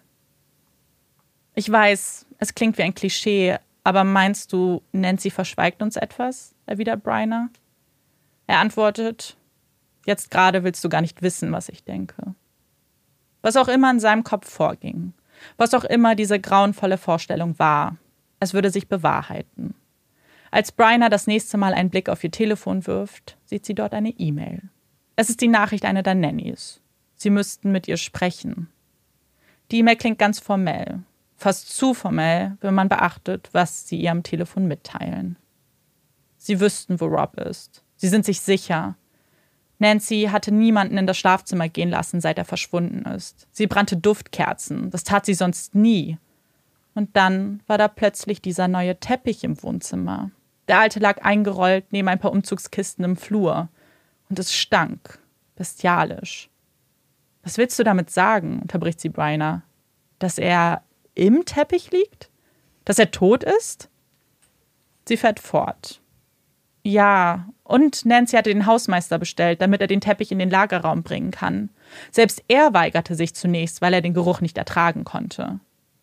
Ich weiß, es klingt wie ein Klischee, aber meinst du, Nancy verschweigt uns etwas? Erwidert Bryna. Er antwortet, jetzt gerade willst du gar nicht wissen, was ich denke. Was auch immer in seinem Kopf vorging, was auch immer diese grauenvolle Vorstellung war, es würde sich bewahrheiten. Als Bryna das nächste Mal einen Blick auf ihr Telefon wirft, sieht sie dort eine E-Mail. Es ist die Nachricht einer der Nannies. Sie müssten mit ihr sprechen. Die E-Mail klingt ganz formell. Fast zu formell, wenn man beachtet, was sie ihr am Telefon mitteilen. Sie wüssten, wo Rob ist. Sie sind sich sicher. Nancy hatte niemanden in das Schlafzimmer gehen lassen, seit er verschwunden ist. Sie brannte Duftkerzen. Das tat sie sonst nie. Und dann war da plötzlich dieser neue Teppich im Wohnzimmer. Der alte lag eingerollt neben ein paar Umzugskisten im Flur. Und es stank. Bestialisch. Was willst du damit sagen? Unterbricht sie Bryna. Dass er im Teppich liegt? Dass er tot ist? Sie fährt fort. Ja, und Nancy hatte den Hausmeister bestellt, damit er den Teppich in den Lagerraum bringen kann. Selbst er weigerte sich zunächst, weil er den Geruch nicht ertragen konnte.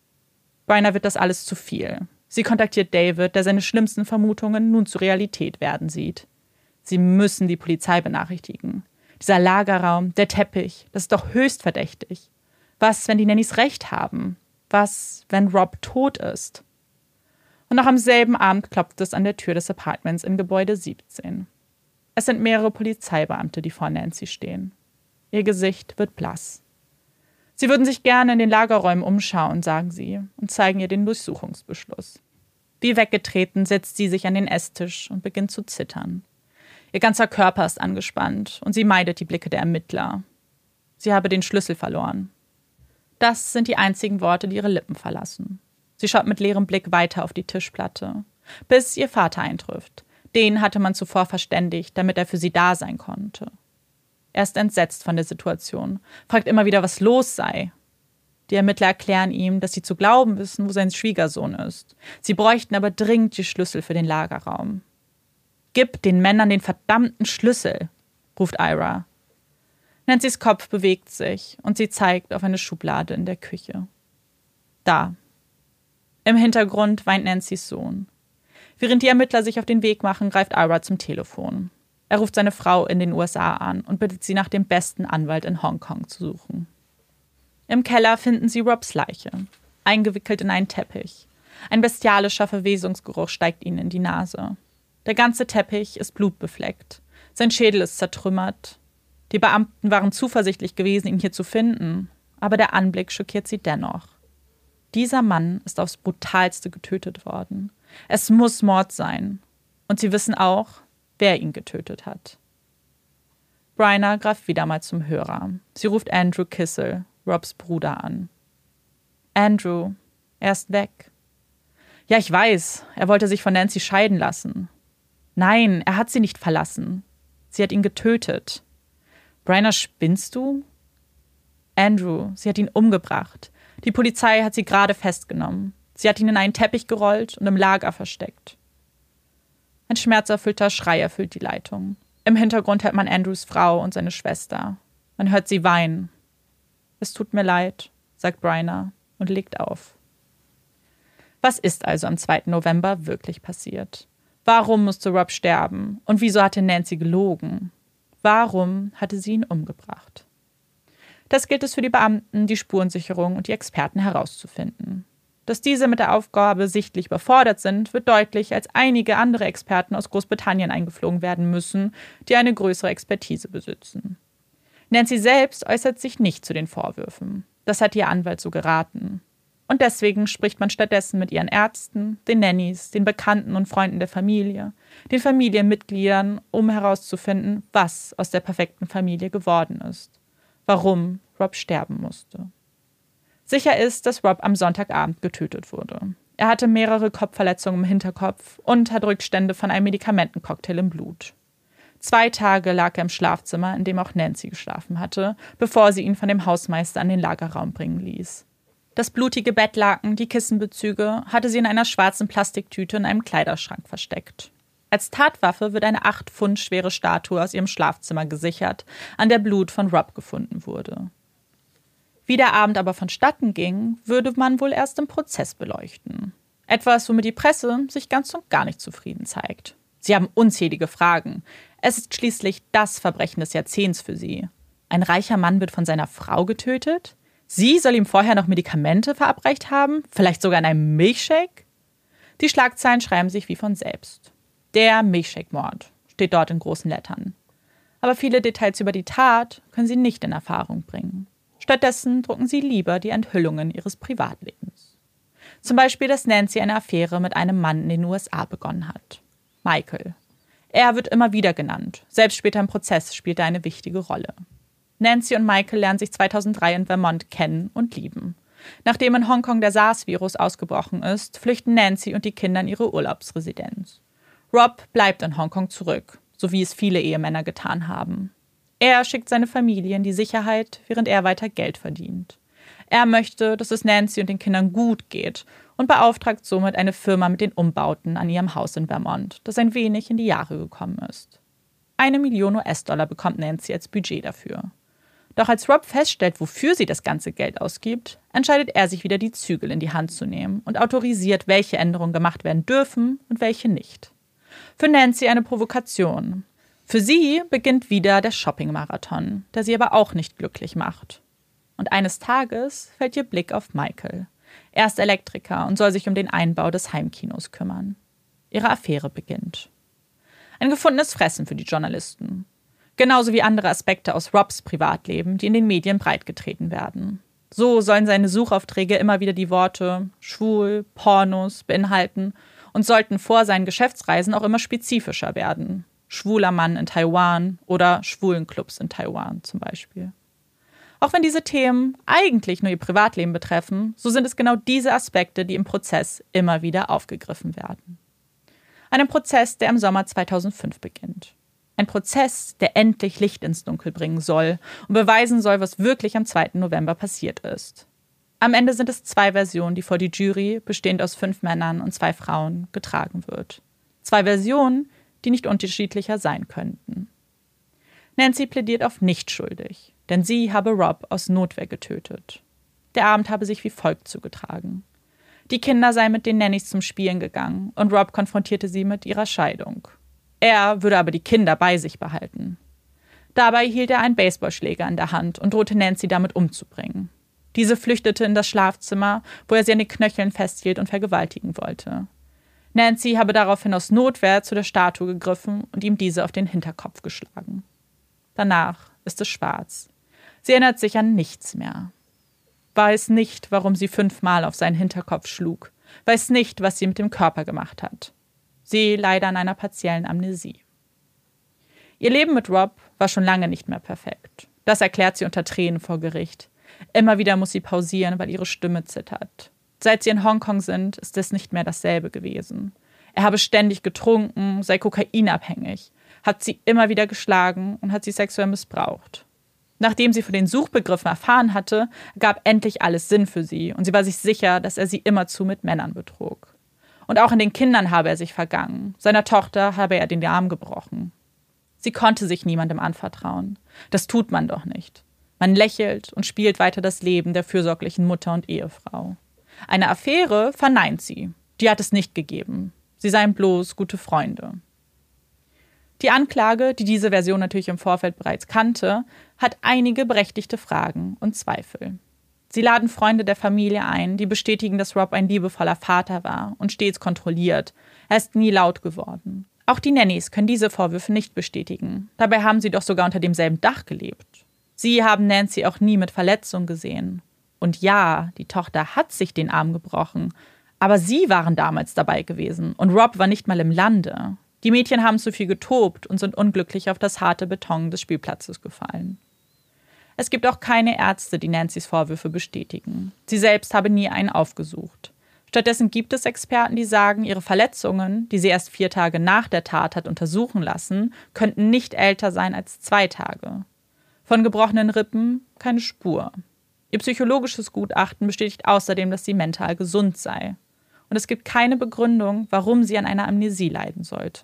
Bryna wird das alles zu viel. Sie kontaktiert David, der seine schlimmsten Vermutungen nun zur Realität werden sieht. Sie müssen die Polizei benachrichtigen. Dieser Lagerraum, der Teppich, das ist doch höchst verdächtig. Was, wenn die Nannys recht haben? Was, wenn Rob tot ist? Und noch am selben Abend klopft es an der Tür des Apartments in Gebäude 17. Es sind mehrere Polizeibeamte, die vor Nancy stehen. Ihr Gesicht wird blass. Sie würden sich gerne in den Lagerräumen umschauen, sagen sie, und zeigen ihr den Durchsuchungsbeschluss. Wie weggetreten setzt sie sich an den Esstisch und beginnt zu zittern. Ihr ganzer Körper ist angespannt und sie meidet die Blicke der Ermittler. Sie habe den Schlüssel verloren. Das sind die einzigen Worte, die ihre Lippen verlassen. Sie schaut mit leerem Blick weiter auf die Tischplatte, bis ihr Vater eintrifft. Den hatte man zuvor verständigt, damit er für sie da sein konnte. Er ist entsetzt von der Situation, fragt immer wieder, was los sei. Die Ermittler erklären ihm, dass sie zu glauben wissen, wo sein Schwiegersohn ist. Sie bräuchten aber dringend die Schlüssel für den Lagerraum. »Gib den Männern den verdammten Schlüssel«, ruft Ira. Nancys Kopf bewegt sich und sie zeigt auf eine Schublade in der Küche. Da. Im Hintergrund weint Nancys Sohn. Während die Ermittler sich auf den Weg machen, greift Ira zum Telefon. Er ruft seine Frau in den USA an und bittet sie, nach dem besten Anwalt in Hongkong zu suchen. Im Keller finden sie Robs Leiche, eingewickelt in einen Teppich. Ein bestialischer Verwesungsgeruch steigt ihnen in die Nase. Der ganze Teppich ist blutbefleckt. Sein Schädel ist zertrümmert. Die Beamten waren zuversichtlich gewesen, ihn hier zu finden, aber der Anblick schockiert sie dennoch. Dieser Mann ist aufs Brutalste getötet worden. Es muss Mord sein. Und sie wissen auch, wer ihn getötet hat. Bryna greift wieder mal zum Hörer. Sie ruft Andrew Kissel, Robs Bruder, an. Andrew, er ist weg. Ja, ich weiß, er wollte sich von Nancy scheiden lassen. Nein, er hat sie nicht verlassen. Sie hat ihn getötet. Bryna, spinnst du? Andrew, sie hat ihn umgebracht. Die Polizei hat sie gerade festgenommen. Sie hat ihn in einen Teppich gerollt und im Lager versteckt. Ein schmerzerfüllter Schrei erfüllt die Leitung. Im Hintergrund hört man Andrews Frau und seine Schwester. Man hört sie weinen. Es tut mir leid, sagt Bryna und legt auf. Was ist also am 2. November wirklich passiert? Warum musste Rob sterben? Und wieso hatte Nancy gelogen? Warum hatte sie ihn umgebracht? Das gilt es für die Beamten, die Spurensicherung und die Experten herauszufinden. Dass diese mit der Aufgabe sichtlich überfordert sind, wird deutlich, als einige andere Experten aus Großbritannien eingeflogen werden müssen, die eine größere Expertise besitzen. Nancy selbst äußert sich nicht zu den Vorwürfen. Das hat ihr Anwalt so geraten. Und deswegen spricht man stattdessen mit ihren Ärzten, den Nannies, den Bekannten und Freunden der Familie, den Familienmitgliedern, um herauszufinden, was aus der perfekten Familie geworden ist. Warum Rob sterben musste. Sicher ist, dass Rob am Sonntagabend getötet wurde. Er hatte mehrere Kopfverletzungen im Hinterkopf und hat Rückstände von einem Medikamentencocktail im Blut. 2 Tage lag er im Schlafzimmer, in dem auch Nancy geschlafen hatte, bevor sie ihn von dem Hausmeister an den Lagerraum bringen ließ. Das blutige Bettlaken, die Kissenbezüge, hatte sie in einer schwarzen Plastiktüte in einem Kleiderschrank versteckt. Als Tatwaffe wird eine 8 Pfund schwere Statue aus ihrem Schlafzimmer gesichert, an der Blut von Rob gefunden wurde. Wie der Abend aber vonstatten ging, würde man wohl erst im Prozess beleuchten. Etwas, womit die Presse sich ganz und gar nicht zufrieden zeigt. Sie haben unzählige Fragen. Es ist schließlich das Verbrechen des Jahrzehnts für sie. Ein reicher Mann wird von seiner Frau getötet? Sie soll ihm vorher noch Medikamente verabreicht haben? Vielleicht sogar in einem Milchshake? Die Schlagzeilen schreiben sich wie von selbst. Der Milchshake-Mord steht dort in großen Lettern. Aber viele Details über die Tat können sie nicht in Erfahrung bringen. Stattdessen drucken sie lieber die Enthüllungen ihres Privatlebens. Zum Beispiel, dass Nancy eine Affäre mit einem Mann in den USA begonnen hat. Michael. Er wird immer wieder genannt. Selbst später im Prozess spielt er eine wichtige Rolle. Nancy und Michael lernen sich 2003 in Vermont kennen und lieben. Nachdem in Hongkong der SARS-Virus ausgebrochen ist, flüchten Nancy und die Kinder in ihre Urlaubsresidenz. Rob bleibt in Hongkong zurück, so wie es viele Ehemänner getan haben. Er schickt seine Familie in die Sicherheit, während er weiter Geld verdient. Er möchte, dass es Nancy und den Kindern gut geht und beauftragt somit eine Firma mit den Umbauten an ihrem Haus in Vermont, das ein wenig in die Jahre gekommen ist. 1 Million US-Dollar bekommt Nancy als Budget dafür. Doch als Rob feststellt, wofür sie das ganze Geld ausgibt, entscheidet er sich wieder, die Zügel in die Hand zu nehmen und autorisiert, welche Änderungen gemacht werden dürfen und welche nicht. Für Nancy eine Provokation. Für sie beginnt wieder der Shopping-Marathon, der sie aber auch nicht glücklich macht. Und eines Tages fällt ihr Blick auf Michael. Er ist Elektriker und soll sich um den Einbau des Heimkinos kümmern. Ihre Affäre beginnt. Ein gefundenes Fressen für die Journalisten. Genauso wie andere Aspekte aus Robs Privatleben, die in den Medien breitgetreten werden. So sollen seine Suchaufträge immer wieder die Worte schwul, Pornos beinhalten und sollten vor seinen Geschäftsreisen auch immer spezifischer werden. Schwuler Mann in Taiwan oder Schwulenclubs in Taiwan zum Beispiel. Auch wenn diese Themen eigentlich nur ihr Privatleben betreffen, so sind es genau diese Aspekte, die im Prozess immer wieder aufgegriffen werden. Einem Prozess, der im Sommer 2005 beginnt. Ein Prozess, der endlich Licht ins Dunkel bringen soll und beweisen soll, was wirklich am 2. November passiert ist. Am Ende sind es 2 Versionen, die vor die Jury, bestehend aus 5 Männern und 2 Frauen, getragen wird. 2 Versionen, die nicht unterschiedlicher sein könnten. Nancy plädiert auf nicht schuldig, denn sie habe Rob aus Notwehr getötet. Der Abend habe sich wie folgt zugetragen. Die Kinder seien mit den Nannies zum Spielen gegangen und Rob konfrontierte sie mit ihrer Scheidung. Er würde aber die Kinder bei sich behalten. Dabei hielt er einen Baseballschläger in der Hand und drohte Nancy damit umzubringen. Diese flüchtete in das Schlafzimmer, wo er sie an den Knöcheln festhielt und vergewaltigen wollte. Nancy habe daraufhin aus Notwehr zu der Statue gegriffen und ihm diese auf den Hinterkopf geschlagen. Danach ist es schwarz. Sie erinnert sich an nichts mehr. weiß nicht, warum sie 5-mal auf seinen Hinterkopf schlug, weiß nicht, was sie mit dem Körper gemacht hat. Sie leidet an einer partiellen Amnesie. Ihr Leben mit Rob war schon lange nicht mehr perfekt. Das erklärt sie unter Tränen vor Gericht. Immer wieder muss sie pausieren, weil ihre Stimme zittert. Seit sie in Hongkong sind, ist es nicht mehr dasselbe gewesen. Er habe ständig getrunken, sei kokainabhängig, hat sie immer wieder geschlagen und hat sie sexuell missbraucht. Nachdem sie von den Suchbegriffen erfahren hatte, gab endlich alles Sinn für sie und sie war sich sicher, dass er sie immerzu mit Männern betrog. Und auch an den Kindern habe er sich vergangen. Seiner Tochter habe er den Arm gebrochen. Sie konnte sich niemandem anvertrauen. Das tut man doch nicht. Man lächelt und spielt weiter das Leben der fürsorglichen Mutter und Ehefrau. Eine Affäre verneint sie. Die hat es nicht gegeben. Sie seien bloß gute Freunde. Die Anklage, die diese Version natürlich im Vorfeld bereits kannte, hat einige berechtigte Fragen und Zweifel. Sie laden Freunde der Familie ein, die bestätigen, dass Rob ein liebevoller Vater war und stets kontrolliert. Er ist nie laut geworden. Auch die Nannies können diese Vorwürfe nicht bestätigen. Dabei haben sie doch sogar unter demselben Dach gelebt. Sie haben Nancy auch nie mit Verletzung gesehen. Und ja, die Tochter hat sich den Arm gebrochen. Aber sie waren damals dabei gewesen und Rob war nicht mal im Lande. Die Mädchen haben zu viel getobt und sind unglücklich auf das harte Beton des Spielplatzes gefallen. Es gibt auch keine Ärzte, die Nancys Vorwürfe bestätigen. Sie selbst habe nie einen aufgesucht. Stattdessen gibt es Experten, die sagen, ihre Verletzungen, die sie erst 4 Tage nach der Tat hat untersuchen lassen, könnten nicht älter sein als 2 Tage. Von gebrochenen Rippen keine Spur. Ihr psychologisches Gutachten bestätigt außerdem, dass sie mental gesund sei. Und es gibt keine Begründung, warum sie an einer Amnesie leiden sollte.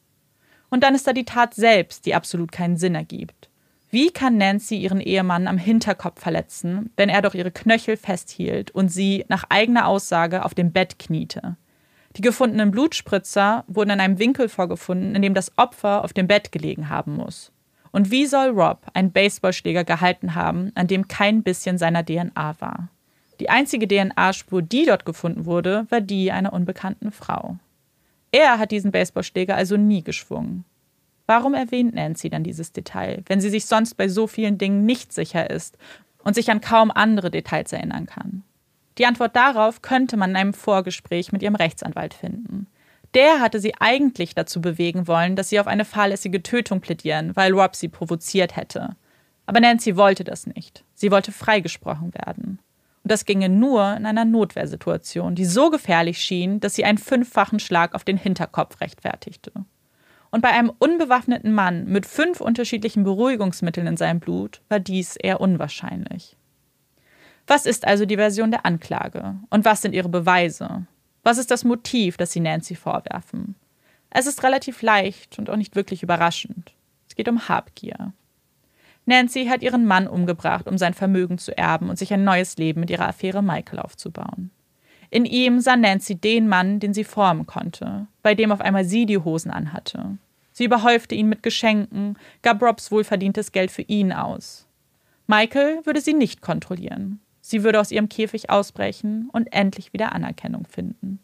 Und dann ist da die Tat selbst, die absolut keinen Sinn ergibt. Wie kann Nancy ihren Ehemann am Hinterkopf verletzen, wenn er doch ihre Knöchel festhielt und sie nach eigener Aussage auf dem Bett kniete? Die gefundenen Blutspritzer wurden in einem Winkel vorgefunden, in dem das Opfer auf dem Bett gelegen haben muss. Und wie soll Rob einen Baseballschläger gehalten haben, an dem kein bisschen seiner DNA war? Die einzige DNA-Spur, die dort gefunden wurde, war die einer unbekannten Frau. Er hat diesen Baseballschläger also nie geschwungen. Warum erwähnt Nancy dann dieses Detail, wenn sie sich sonst bei so vielen Dingen nicht sicher ist und sich an kaum andere Details erinnern kann? Die Antwort darauf könnte man in einem Vorgespräch mit ihrem Rechtsanwalt finden. Der hatte sie eigentlich dazu bewegen wollen, dass sie auf eine fahrlässige Tötung plädieren, weil Rob sie provoziert hätte. Aber Nancy wollte das nicht. Sie wollte freigesprochen werden. Und das ginge nur in einer Notwehrsituation, die so gefährlich schien, dass sie einen 5-fachen Schlag auf den Hinterkopf rechtfertigte. Und bei einem unbewaffneten Mann mit 5 unterschiedlichen Beruhigungsmitteln in seinem Blut war dies eher unwahrscheinlich. Was ist also die Version der Anklage? Und was sind ihre Beweise? Was ist das Motiv, das sie Nancy vorwerfen? Es ist relativ leicht und auch nicht wirklich überraschend. Es geht um Habgier. Nancy hat ihren Mann umgebracht, um sein Vermögen zu erben und sich ein neues Leben mit ihrer Affäre Michael aufzubauen. In ihm sah Nancy den Mann, den sie formen konnte, bei dem auf einmal sie die Hosen anhatte. Sie überhäufte ihn mit Geschenken, gab Robs wohlverdientes Geld für ihn aus. Michael würde sie nicht kontrollieren. Sie würde aus ihrem Käfig ausbrechen und endlich wieder Anerkennung finden.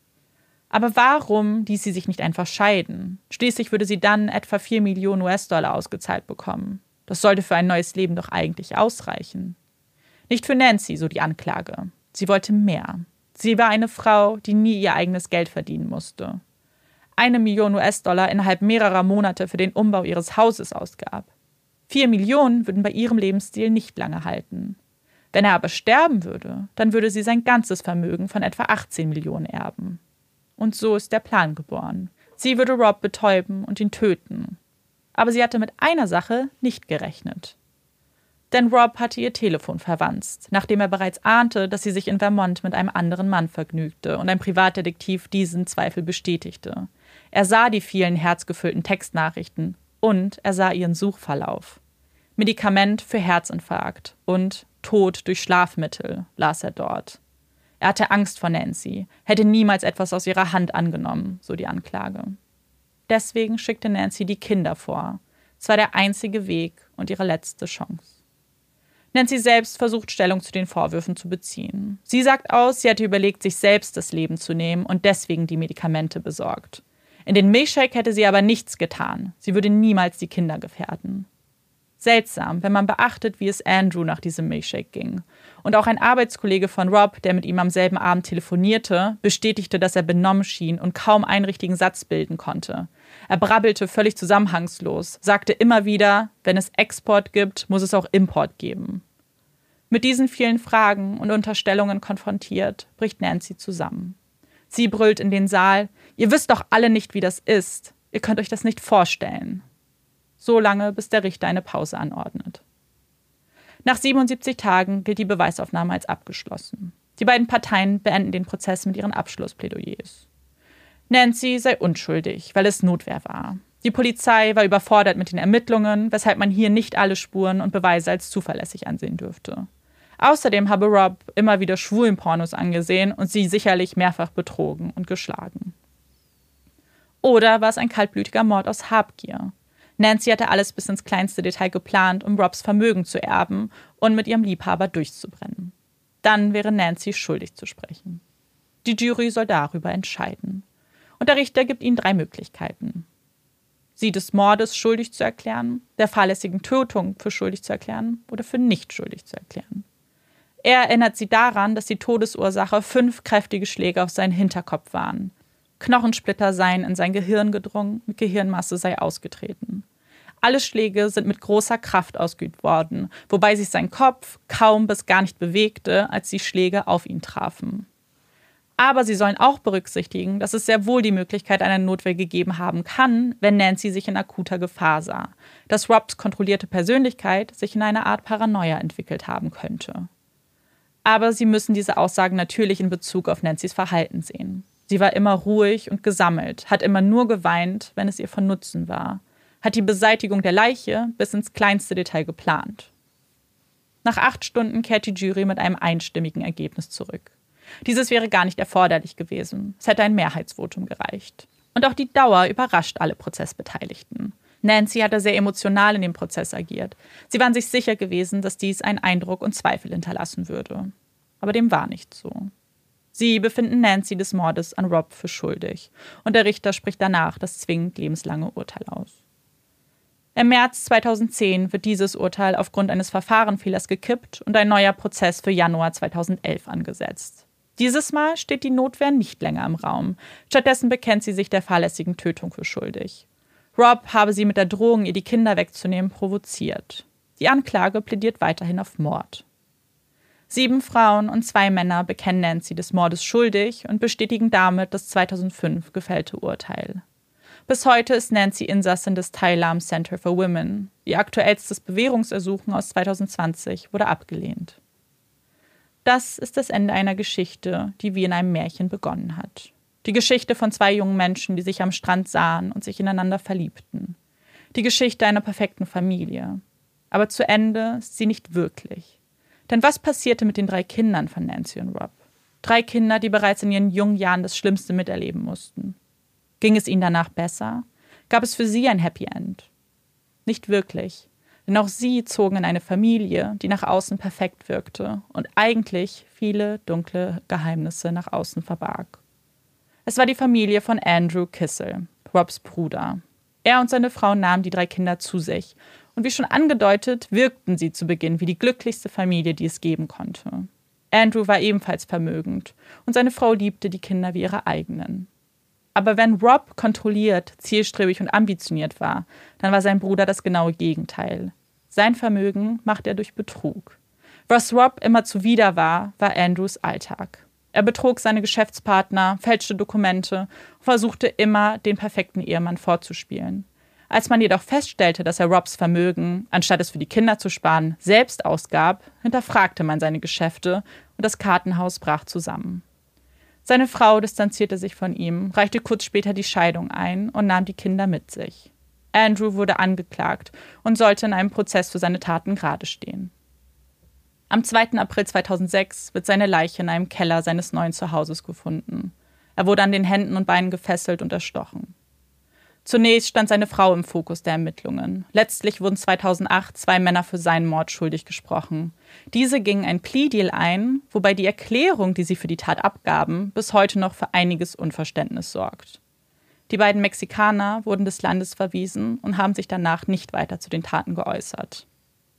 Aber warum ließ sie sich nicht einfach scheiden? Schließlich würde sie dann etwa 4 Millionen US-Dollar ausgezahlt bekommen. Das sollte für ein neues Leben doch eigentlich ausreichen. Nicht für Nancy, so die Anklage. Sie wollte mehr. Sie war eine Frau, die nie ihr eigenes Geld verdienen musste. 1 Million US-Dollar innerhalb mehrerer Monate für den Umbau ihres Hauses ausgab. 4 Millionen würden bei ihrem Lebensstil nicht lange halten. Wenn er aber sterben würde, dann würde sie sein ganzes Vermögen von etwa 18 Millionen erben. Und so ist der Plan geboren. Sie würde Rob betäuben und ihn töten. Aber sie hatte mit einer Sache nicht gerechnet. Denn Rob hatte ihr Telefon verwanzt, nachdem er bereits ahnte, dass sie sich in Vermont mit einem anderen Mann vergnügte und ein Privatdetektiv diesen Zweifel bestätigte. Er sah die vielen herzgefüllten Textnachrichten und er sah ihren Suchverlauf. Medikament für Herzinfarkt und Tod durch Schlafmittel, las er dort. Er hatte Angst vor Nancy, hätte niemals etwas aus ihrer Hand angenommen, so die Anklage. Deswegen schickte Nancy die Kinder vor. Es war der einzige Weg und ihre letzte Chance. Nancy selbst versucht, Stellung zu den Vorwürfen zu beziehen. Sie sagt aus, sie hatte überlegt, sich selbst das Leben zu nehmen und deswegen die Medikamente besorgt. In den Milchshake hätte sie aber nichts getan. Sie würde niemals die Kinder gefährden. Seltsam, wenn man beachtet, wie es Andrew nach diesem Milchshake ging. Und auch ein Arbeitskollege von Rob, der mit ihm am selben Abend telefonierte, bestätigte, dass er benommen schien und kaum einen richtigen Satz bilden konnte. Er brabbelte völlig zusammenhangslos, sagte immer wieder, wenn es Export gibt, muss es auch Import geben. Mit diesen vielen Fragen und Unterstellungen konfrontiert, bricht Nancy zusammen. Sie brüllt in den Saal, ihr wisst doch alle nicht, wie das ist. Ihr könnt euch das nicht vorstellen. So lange, bis der Richter eine Pause anordnet. Nach 77 Tagen gilt die Beweisaufnahme als abgeschlossen. Die beiden Parteien beenden den Prozess mit ihren Abschlussplädoyers. Nancy sei unschuldig, weil es Notwehr war. Die Polizei war überfordert mit den Ermittlungen, weshalb man hier nicht alle Spuren und Beweise als zuverlässig ansehen dürfte. Außerdem habe Rob immer wieder Schwulenpornos angesehen und sie sicherlich mehrfach betrogen und geschlagen. Oder war es ein kaltblütiger Mord aus Habgier? Nancy hatte alles bis ins kleinste Detail geplant, um Robs Vermögen zu erben und mit ihrem Liebhaber durchzubrennen. Dann wäre Nancy schuldig zu sprechen. Die Jury soll darüber entscheiden. Und der Richter gibt ihnen 3 Möglichkeiten. Sie des Mordes schuldig zu erklären, der fahrlässigen Tötung für schuldig zu erklären oder für nicht schuldig zu erklären. Er erinnert sie daran, dass die Todesursache 5 kräftige Schläge auf seinen Hinterkopf waren. Knochensplitter seien in sein Gehirn gedrungen, mit Gehirnmasse sei ausgetreten. Alle Schläge sind mit großer Kraft ausgeübt worden, wobei sich sein Kopf kaum bis gar nicht bewegte, als die Schläge auf ihn trafen. Aber sie sollen auch berücksichtigen, dass es sehr wohl die Möglichkeit einer Notwehr gegeben haben kann, wenn Nancy sich in akuter Gefahr sah, dass Robs kontrollierte Persönlichkeit sich in eine Art Paranoia entwickelt haben könnte. Aber sie müssen diese Aussagen natürlich in Bezug auf Nancy's Verhalten sehen. Sie war immer ruhig und gesammelt, hat immer nur geweint, wenn es ihr von Nutzen war, hat die Beseitigung der Leiche bis ins kleinste Detail geplant. Nach 8 Stunden kehrt die Jury mit einem einstimmigen Ergebnis zurück. Dieses wäre gar nicht erforderlich gewesen. Es hätte ein Mehrheitsvotum gereicht. Und auch die Dauer überrascht alle Prozessbeteiligten. Nancy hatte sehr emotional in dem Prozess agiert. Sie waren sich sicher gewesen, dass dies einen Eindruck und Zweifel hinterlassen würde. Aber dem war nicht so. Sie befinden Nancy des Mordes an Rob für schuldig. Und der Richter spricht danach das zwingend lebenslange Urteil aus. Im März 2010 wird dieses Urteil aufgrund eines Verfahrenfehlers gekippt und ein neuer Prozess für Januar 2011 angesetzt. Dieses Mal steht die Notwehr nicht länger im Raum. Stattdessen bekennt sie sich der fahrlässigen Tötung für schuldig. Rob habe sie mit der Drohung, ihr die Kinder wegzunehmen, provoziert. Die Anklage plädiert weiterhin auf Mord. 7 Frauen und 2 Männer bekennen Nancy des Mordes schuldig und bestätigen damit das 2005 gefällte Urteil. Bis heute ist Nancy Insassin des Thailam Center for Women. Ihr aktuellstes Bewährungsersuchen aus 2020 wurde abgelehnt. Das ist das Ende einer Geschichte, die wie in einem Märchen begonnen hat. Die Geschichte von 2 jungen Menschen, die sich am Strand sahen und sich ineinander verliebten. Die Geschichte einer perfekten Familie. Aber zu Ende ist sie nicht wirklich. Denn was passierte mit den 3 Kindern von Nancy und Rob? 3 Kinder, die bereits in ihren jungen Jahren das Schlimmste miterleben mussten. Ging es ihnen danach besser? Gab es für sie ein Happy End? Nicht wirklich. Denn auch sie zogen in eine Familie, die nach außen perfekt wirkte und eigentlich viele dunkle Geheimnisse nach außen verbarg. Es war die Familie von Andrew Kissel, Robs Bruder. Er und seine Frau nahmen die 3 Kinder zu sich und wie schon angedeutet, wirkten sie zu Beginn wie die glücklichste Familie, die es geben konnte. Andrew war ebenfalls vermögend und seine Frau liebte die Kinder wie ihre eigenen. Aber wenn Rob kontrolliert, zielstrebig und ambitioniert war, dann war sein Bruder das genaue Gegenteil. Sein Vermögen machte er durch Betrug. Was Rob immer zuwider war, war Andrews Alltag. Er betrog seine Geschäftspartner, fälschte Dokumente und versuchte immer, den perfekten Ehemann vorzuspielen. Als man jedoch feststellte, dass er Robs Vermögen, anstatt es für die Kinder zu sparen, selbst ausgab, hinterfragte man seine Geschäfte und das Kartenhaus brach zusammen. Seine Frau distanzierte sich von ihm, reichte kurz später die Scheidung ein und nahm die Kinder mit sich. Andrew wurde angeklagt und sollte in einem Prozess für seine Taten gerade stehen. Am 2. April 2006 wird seine Leiche in einem Keller seines neuen Zuhauses gefunden. Er wurde an den Händen und Beinen gefesselt und erstochen. Zunächst stand seine Frau im Fokus der Ermittlungen. Letztlich wurden 2008 2 Männer für seinen Mord schuldig gesprochen. Diese gingen ein Plea-Deal ein, wobei die Erklärung, die sie für die Tat abgaben, bis heute noch für einiges Unverständnis sorgt. Die beiden Mexikaner wurden des Landes verwiesen und haben sich danach nicht weiter zu den Taten geäußert.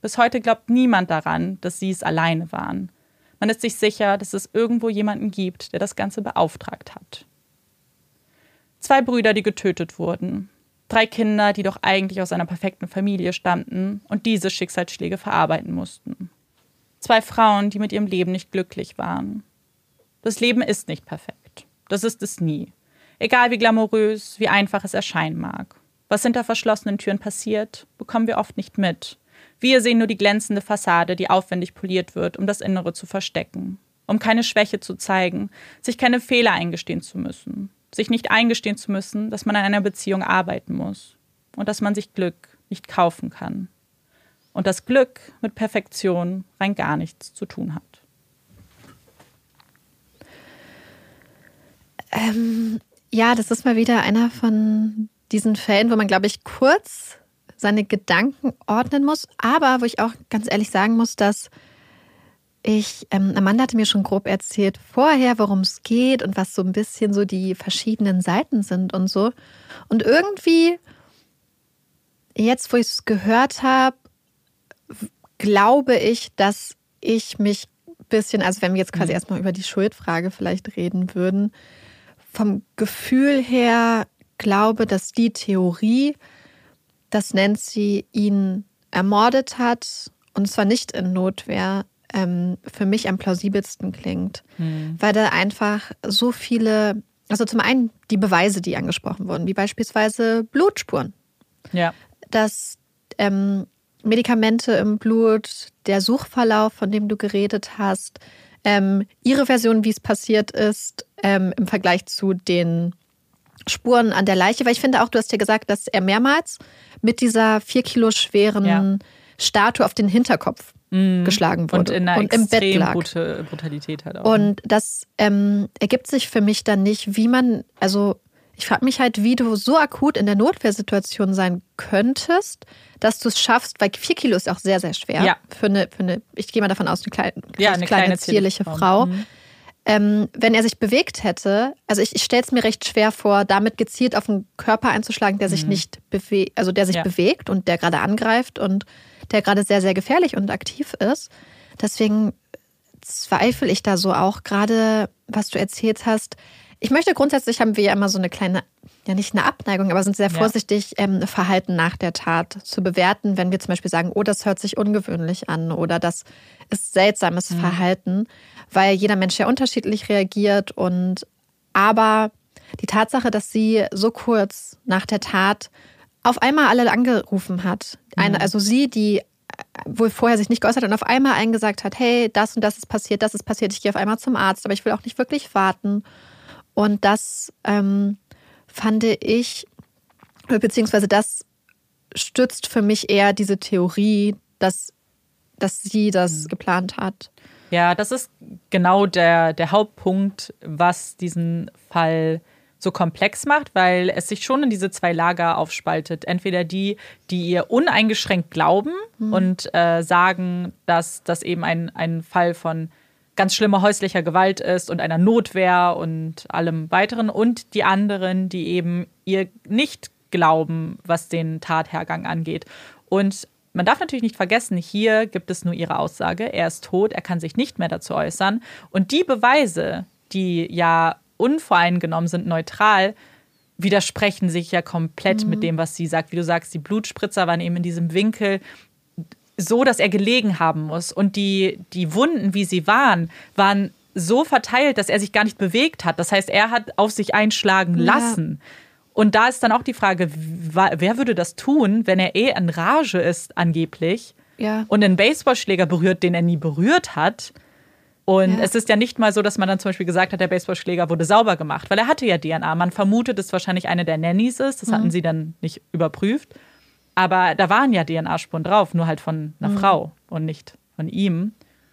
Bis heute glaubt niemand daran, dass sie es alleine waren. Man ist sich sicher, dass es irgendwo jemanden gibt, der das Ganze beauftragt hat. 2 Brüder, die getötet wurden. 3 Kinder, die doch eigentlich aus einer perfekten Familie stammten und diese Schicksalsschläge verarbeiten mussten. 2 Frauen, die mit ihrem Leben nicht glücklich waren. Das Leben ist nicht perfekt. Das ist es nie. Egal wie glamourös, wie einfach es erscheinen mag. Was hinter verschlossenen Türen passiert, bekommen wir oft nicht mit. Wir sehen nur die glänzende Fassade, die aufwendig poliert wird, um das Innere zu verstecken. Um keine Schwäche zu zeigen, sich keine Fehler eingestehen zu müssen. Sich nicht eingestehen zu müssen, dass man an einer Beziehung arbeiten muss. Und dass man sich Glück nicht kaufen kann. Und dass Glück mit Perfektion rein gar nichts zu tun hat. Ja, das ist mal wieder einer von diesen Fällen, wo man, glaube ich, kurz seine Gedanken ordnen muss. Aber wo ich auch ganz ehrlich sagen muss, dass Amanda hatte mir schon grob erzählt vorher, worum es geht und was so ein bisschen so die verschiedenen Seiten sind und so. Und irgendwie, jetzt wo ich es gehört habe, glaube ich, dass ich mich ein bisschen, also wenn wir jetzt quasi erstmal über die Schuldfrage vielleicht reden würden, vom Gefühl her glaube, dass die Theorie, dass Nancy ihn ermordet hat, und zwar nicht in Notwehr, für mich am plausibelsten klingt. Weil da einfach so viele, also zum einen die Beweise, die angesprochen wurden, wie beispielsweise Blutspuren. Ja. Dass Medikamente im Blut, der Suchverlauf, von dem du geredet hast, ihre Version, wie es passiert ist, im Vergleich zu den Spuren an der Leiche. Weil ich finde auch, du hast ja gesagt, dass er mehrmals mit dieser 4 Kilo schweren Statue auf den Hinterkopf geschlagen wurde und in einer und im Bett extrem lag. Gute Brutalität hat auch. Und das ergibt sich für mich dann nicht, wie man, also ich frage mich halt, wie du so akut in der Notwehrsituation sein könntest, dass du es schaffst, weil 4 Kilo ist auch sehr, sehr schwer für eine, ich gehe mal davon aus, eine kleine zierliche Frau. Wenn er sich bewegt hätte, also ich stelle es mir recht schwer vor, damit gezielt auf einen Körper einzuschlagen, der sich nicht bewegt, also der sich bewegt und der gerade angreift und der gerade sehr, sehr gefährlich und aktiv ist. Deswegen zweifle ich da so auch gerade, was du erzählt hast. Ich möchte grundsätzlich, haben wir ja immer so eine kleine, ja nicht eine Abneigung, aber sind sehr vorsichtig, Verhalten nach der Tat zu bewerten, wenn wir zum Beispiel sagen, oh, das hört sich ungewöhnlich an oder das ist seltsames Verhalten, weil jeder Mensch ja unterschiedlich reagiert aber die Tatsache, dass sie so kurz nach der Tat auf einmal alle angerufen hat, also sie, die wohl vorher sich nicht geäußert hat und auf einmal allen gesagt hat, hey, das und das ist passiert, ich gehe auf einmal zum Arzt, aber ich will auch nicht wirklich warten. Und das fand ich, beziehungsweise das stützt für mich eher diese Theorie, dass sie das geplant hat. Ja, das ist genau der Hauptpunkt, was diesen Fall so komplex macht, weil es sich schon in diese 2 Lager aufspaltet. Entweder die ihr uneingeschränkt glauben und sagen, dass das eben ein Fall von ganz schlimmer häuslicher Gewalt ist und einer Notwehr und allem Weiteren. Und die anderen, die eben ihr nicht glauben, was den Tathergang angeht. Und man darf natürlich nicht vergessen, hier gibt es nur ihre Aussage. Er ist tot, er kann sich nicht mehr dazu äußern. Und die Beweise, die ja unvoreingenommen sind, neutral, widersprechen sich ja komplett mit dem, was sie sagt. Wie du sagst, die Blutspritzer waren eben in diesem Winkel so, dass er gelegen haben muss. Und die Wunden, wie sie waren so verteilt, dass er sich gar nicht bewegt hat. Das heißt, er hat auf sich einschlagen lassen. Und da ist dann auch die Frage, wer würde das tun, wenn er in Rage ist angeblich und einen Baseballschläger berührt, den er nie berührt hat. Und es ist ja nicht mal so, dass man dann zum Beispiel gesagt hat, der Baseballschläger wurde sauber gemacht, weil er hatte ja DNA. Man vermutet, dass es wahrscheinlich eine der Nannies ist. Das hatten sie dann nicht überprüft. Aber da waren ja DNA-Spuren drauf, nur halt von einer Frau und nicht von ihm.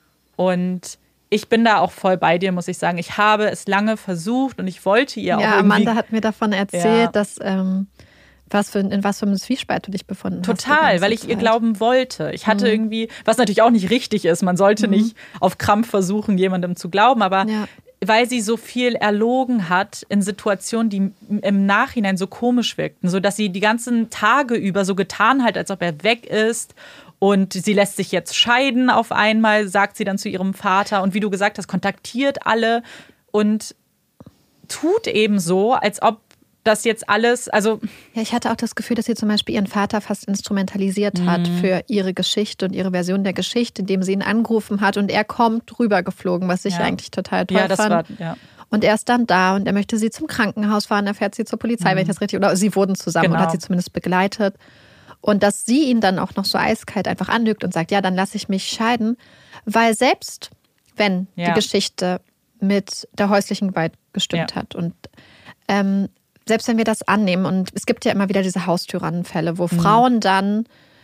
Und ich bin da auch voll bei dir, muss ich sagen. Ich habe es lange versucht und ich wollte ihr auch irgendwie... Ja, Amanda hat mir davon erzählt, dass in was für einem Zwiespalt du dich befunden hast. Total, weil ich ihr glauben wollte. Ich hatte irgendwie, was natürlich auch nicht richtig ist, man sollte nicht auf Krampf versuchen, jemandem zu glauben, aber weil sie so viel erlogen hat in Situationen, die im Nachhinein so komisch wirkten, sodass sie die ganzen Tage über so getan hat, als ob er weg ist. Und sie lässt sich jetzt scheiden auf einmal, sagt sie dann zu ihrem Vater. Und wie du gesagt hast, kontaktiert alle und tut eben so, als ob das jetzt alles, also... Ja, ich hatte auch das Gefühl, dass sie zum Beispiel ihren Vater fast instrumentalisiert hat für ihre Geschichte und ihre Version der Geschichte, indem sie ihn angerufen hat und er kommt rübergeflogen, was ich eigentlich total toll fand. Und er ist dann da und er möchte sie zum Krankenhaus fahren, er fährt sie zur Polizei, wenn ich das richtig... Oder sie wurden zusammen und hat sie zumindest begleitet. Und dass sie ihn dann auch noch so eiskalt einfach anlügt und sagt, ja, dann lasse ich mich scheiden. Weil selbst wenn die Geschichte mit der häuslichen Gewalt gestimmt hat und selbst wenn wir das annehmen, und es gibt ja immer wieder diese Haustyrannenfälle, wo Frauen dann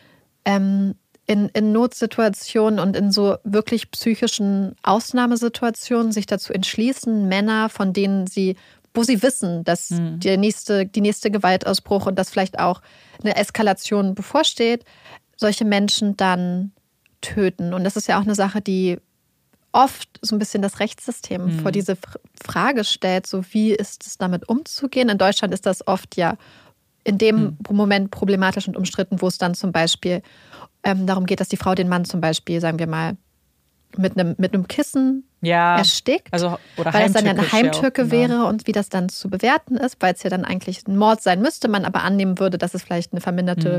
in Notsituationen und in so wirklich psychischen Ausnahmesituationen sich dazu entschließen, Männer, von denen wo sie wissen, dass die nächste Gewaltausbruch und dass vielleicht auch eine Eskalation bevorsteht, solche Menschen dann töten. Und das ist ja auch eine Sache, die oft so ein bisschen das Rechtssystem vor diese Frage stellt, so wie ist es damit umzugehen. In Deutschland ist das oft ja in dem Moment problematisch und umstritten, wo es dann zum Beispiel darum geht, dass die Frau den Mann zum Beispiel, sagen wir mal, mit einem Kissen erstickt, also, oder weil das dann ja eine Heimtücke wäre und wie das dann zu bewerten ist, weil es ja dann eigentlich ein Mord sein müsste, man aber annehmen würde, dass es vielleicht eine verminderte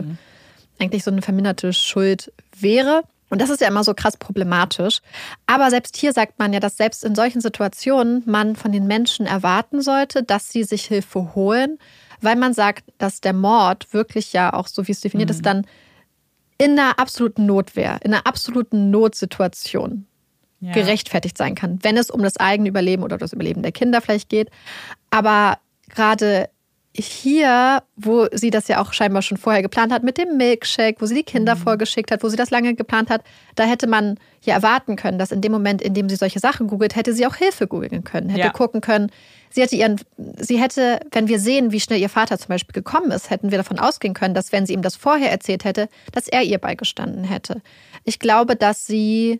Schuld wäre. Und das ist ja immer so krass problematisch. Aber selbst hier sagt man ja, dass selbst in solchen Situationen man von den Menschen erwarten sollte, dass sie sich Hilfe holen, weil man sagt, dass der Mord wirklich ja auch, so wie es definiert ist, dann in einer absoluten Notwehr, in einer absoluten Notsituation gerechtfertigt sein kann, wenn es um das eigene Überleben oder das Überleben der Kinder vielleicht geht. Aber gerade hier, wo sie das ja auch scheinbar schon vorher geplant hat mit dem Milkshake, wo sie die Kinder vorgeschickt hat, wo sie das lange geplant hat, da hätte man ja erwarten können, dass in dem Moment, in dem sie solche Sachen googelt, hätte sie auch Hilfe googeln können, hätte gucken können. Sie hätte, wenn wir sehen, wie schnell ihr Vater zum Beispiel gekommen ist, hätten wir davon ausgehen können, dass wenn sie ihm das vorher erzählt hätte, dass er ihr beigestanden hätte. Ich glaube, dass sie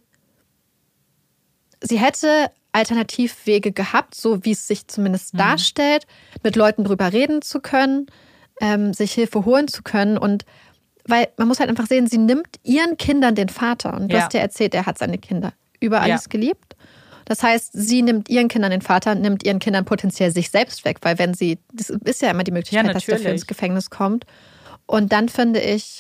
hätte Alternativwege gehabt, so wie es sich zumindest darstellt, mit Leuten drüber reden zu können, sich Hilfe holen zu können. Und weil man muss halt einfach sehen, sie nimmt ihren Kindern den Vater. Und du hast ja erzählt, er hat seine Kinder über alles geliebt. Das heißt, sie nimmt ihren Kindern den Vater, nimmt ihren Kindern potenziell sich selbst weg, weil das ist ja immer die Möglichkeit, dass dafür ins Gefängnis kommt. Und dann finde ich,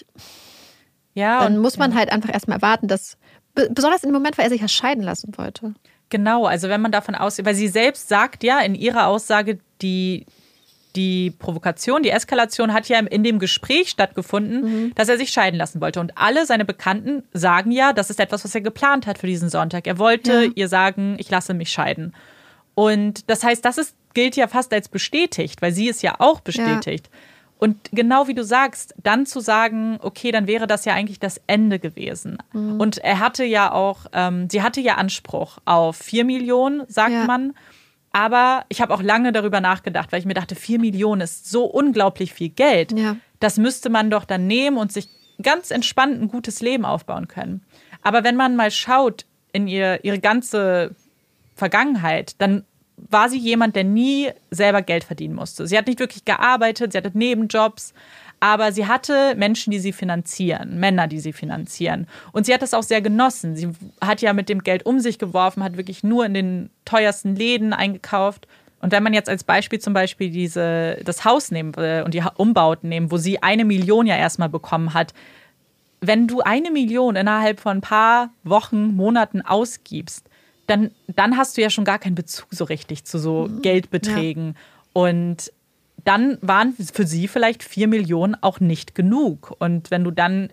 dann muss man halt einfach erstmal erwarten, dass, besonders im Moment, weil er sich ja scheiden lassen wollte. Genau, also wenn man davon ausgeht, weil sie selbst sagt ja in ihrer Aussage, die Provokation, die Eskalation hat ja in dem Gespräch stattgefunden, dass er sich scheiden lassen wollte. Und alle seine Bekannten sagen ja, das ist etwas, was er geplant hat für diesen Sonntag. Er wollte ihr sagen, ich lasse mich scheiden. Und das heißt, gilt ja fast als bestätigt, weil sie es ja auch bestätigt. Ja. Und genau wie du sagst, dann zu sagen, okay, dann wäre das ja eigentlich das Ende gewesen. Und er hatte ja auch, sie hatte ja Anspruch auf 4 Millionen, sagt man. Aber ich habe auch lange darüber nachgedacht, weil ich mir dachte, 4 Millionen ist so unglaublich viel Geld. Ja. Das müsste man doch dann nehmen und sich ganz entspannt ein gutes Leben aufbauen können. Aber wenn man mal schaut in ihre ganze Vergangenheit, dann war sie jemand, der nie selber Geld verdienen musste. Sie hat nicht wirklich gearbeitet, sie hatte Nebenjobs, aber sie hatte Menschen, die sie finanzieren, Männer, die sie finanzieren. Und sie hat das auch sehr genossen. Sie hat ja mit dem Geld um sich geworfen, hat wirklich nur in den teuersten Läden eingekauft. Und wenn man jetzt als Beispiel zum Beispiel das Haus nehmen will und die Umbauten nehmen, wo sie 1 Million ja erstmal bekommen hat, wenn du 1 Million innerhalb von ein paar Wochen, Monaten ausgibst, dann hast du ja schon gar keinen Bezug so richtig zu so Geldbeträgen. Ja. Und dann waren für sie vielleicht 4 Millionen auch nicht genug. Und wenn du dann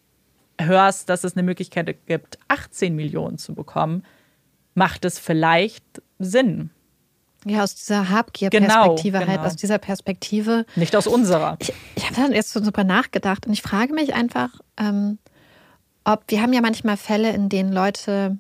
hörst, dass es eine Möglichkeit gibt, 18 Millionen zu bekommen, macht es vielleicht Sinn. Ja, aus dieser Habgier-Perspektive genau. aus dieser Perspektive. Nicht aus unserer. Ich habe dann jetzt so drüber nachgedacht und ich frage mich einfach, wir haben ja manchmal Fälle, in denen Leute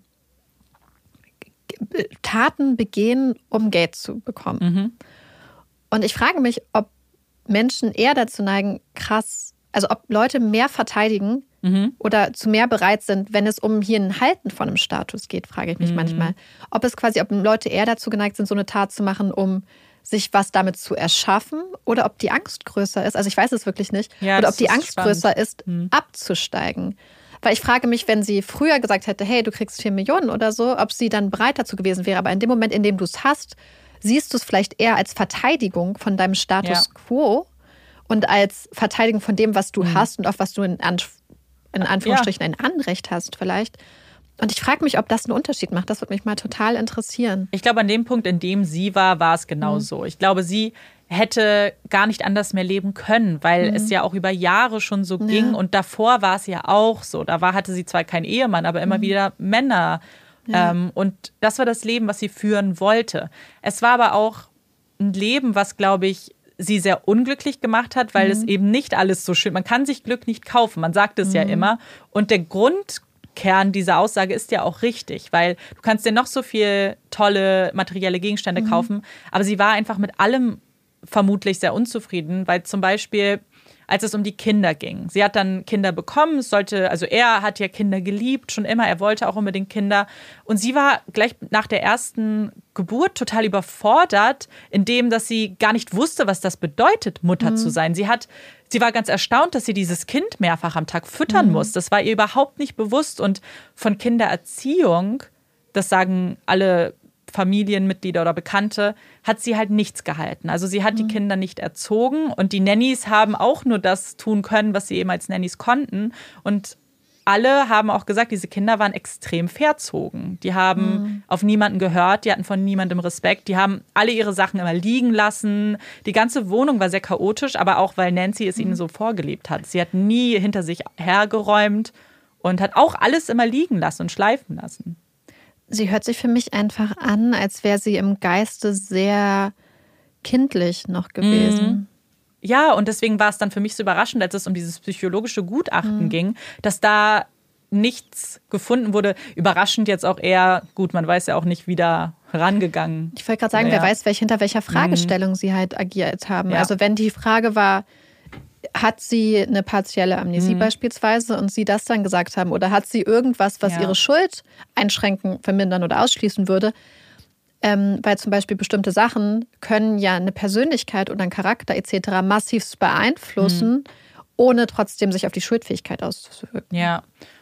Taten begehen, um Geld zu bekommen. Und ich frage mich, ob Menschen eher dazu neigen, ob Leute mehr verteidigen, oder zu mehr bereit sind, wenn es um hier ein Halten von einem Status geht, frage ich mich manchmal. Ob Leute eher dazu geneigt sind, so eine Tat zu machen, um sich was damit zu erschaffen, oder ob die Angst größer ist. Also ich weiß es wirklich nicht. Ja, oder ob die Angst spannend. größer ist, abzusteigen. Weil ich frage mich, wenn sie früher gesagt hätte, hey, du kriegst 4 Millionen oder so, ob sie dann bereit dazu gewesen wäre. Aber in dem Moment, in dem du es hast, siehst du es vielleicht eher als Verteidigung von deinem Status quo und als Verteidigung von dem, was du hast und auf was du in Anführungsstrichen ein Anrecht hast vielleicht. Und ich frage mich, ob das einen Unterschied macht. Das würde mich mal total interessieren. Ich glaube, an dem Punkt, in dem sie war es genau so. Ich glaube, sie hätte gar nicht anders mehr leben können, weil es ja auch über Jahre schon so ging. Und davor war es ja auch so. Hatte sie zwar keinen Ehemann, aber immer wieder Männer. Ja. Und das war das Leben, was sie führen wollte. Es war aber auch ein Leben, was, glaube ich, sie sehr unglücklich gemacht hat, weil es eben nicht alles so schön, man kann sich Glück nicht kaufen, man sagt es ja immer. Und der Grundkern dieser Aussage ist ja auch richtig, weil du kannst dir noch so viel tolle materielle Gegenstände kaufen, aber sie war einfach mit allem vermutlich sehr unzufrieden, weil zum Beispiel, als es um die Kinder ging, sie hat dann Kinder bekommen, er hat ja Kinder geliebt, schon immer, er wollte auch unbedingt Kinder, und sie war gleich nach der ersten Geburt total überfordert, indem, dass sie gar nicht wusste, was das bedeutet, Mutter zu sein. Sie war ganz erstaunt, dass sie dieses Kind mehrfach am Tag füttern muss. Das war ihr überhaupt nicht bewusst, und von Kindererziehung, das sagen alle Familienmitglieder oder Bekannte, hat sie halt nichts gehalten. Also sie hat die Kinder nicht erzogen, und die Nannies haben auch nur das tun können, was sie eben als Nannies konnten. Und alle haben auch gesagt, diese Kinder waren extrem verzogen. Die haben auf niemanden gehört, die hatten von niemandem Respekt, die haben alle ihre Sachen immer liegen lassen. Die ganze Wohnung war sehr chaotisch, aber auch, weil Nancy es ihnen so vorgelebt hat. Sie hat nie hinter sich hergeräumt und hat auch alles immer liegen lassen und schleifen lassen. Sie hört sich für mich einfach an, als wäre sie im Geiste sehr kindlich noch gewesen. Ja, und deswegen war es dann für mich so überraschend, als es um dieses psychologische Gutachten ging, dass da nichts gefunden wurde. Überraschend jetzt auch eher, gut, man weiß ja auch nicht, wie da rangegangen. Ich wollte gerade sagen, wer weiß, hinter welcher Fragestellung sie halt agiert haben. Ja. Also wenn die Frage war, hat sie eine partielle Amnesie beispielsweise und sie das dann gesagt haben, oder hat sie irgendwas, was ihre Schuld einschränken, vermindern oder ausschließen würde? Weil zum Beispiel bestimmte Sachen können ja eine Persönlichkeit oder einen Charakter etc. massivst beeinflussen, ohne trotzdem sich auf die Schuldfähigkeit auszuwirken. Ja,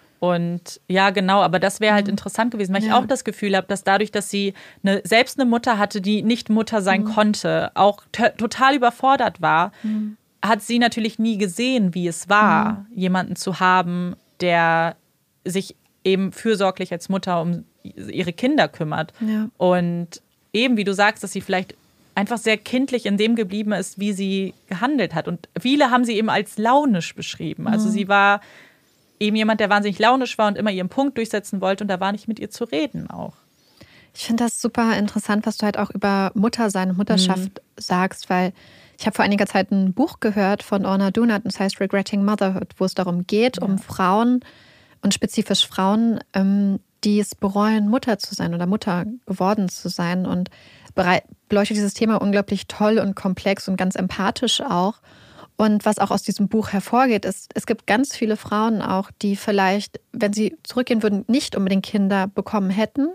und ja, genau, aber das wäre halt interessant gewesen, weil ich auch das Gefühl habe, dass dadurch, dass sie selbst eine Mutter hatte, die nicht Mutter sein konnte, auch total überfordert war, hat sie natürlich nie gesehen, wie es war, jemanden zu haben, der sich eben fürsorglich als Mutter um ihre Kinder kümmert. Ja. Und eben, wie du sagst, dass sie vielleicht einfach sehr kindlich in dem geblieben ist, wie sie gehandelt hat. Und viele haben sie eben als launisch beschrieben. Also sie war eben jemand, der wahnsinnig launisch war und immer ihren Punkt durchsetzen wollte, und da war nicht mit ihr zu reden auch. Ich finde das super interessant, was du halt auch über Muttersein und Mutterschaft sagst, weil ich habe vor einiger Zeit ein Buch gehört von Orna Doone, das heißt Regretting Motherhood, wo es darum geht, um Frauen und spezifisch Frauen, die es bereuen, Mutter zu sein oder Mutter geworden zu sein, und beleuchtet dieses Thema unglaublich toll und komplex und ganz empathisch auch. Und was auch aus diesem Buch hervorgeht, ist, es gibt ganz viele Frauen auch, die vielleicht, wenn sie zurückgehen würden, nicht unbedingt Kinder bekommen hätten,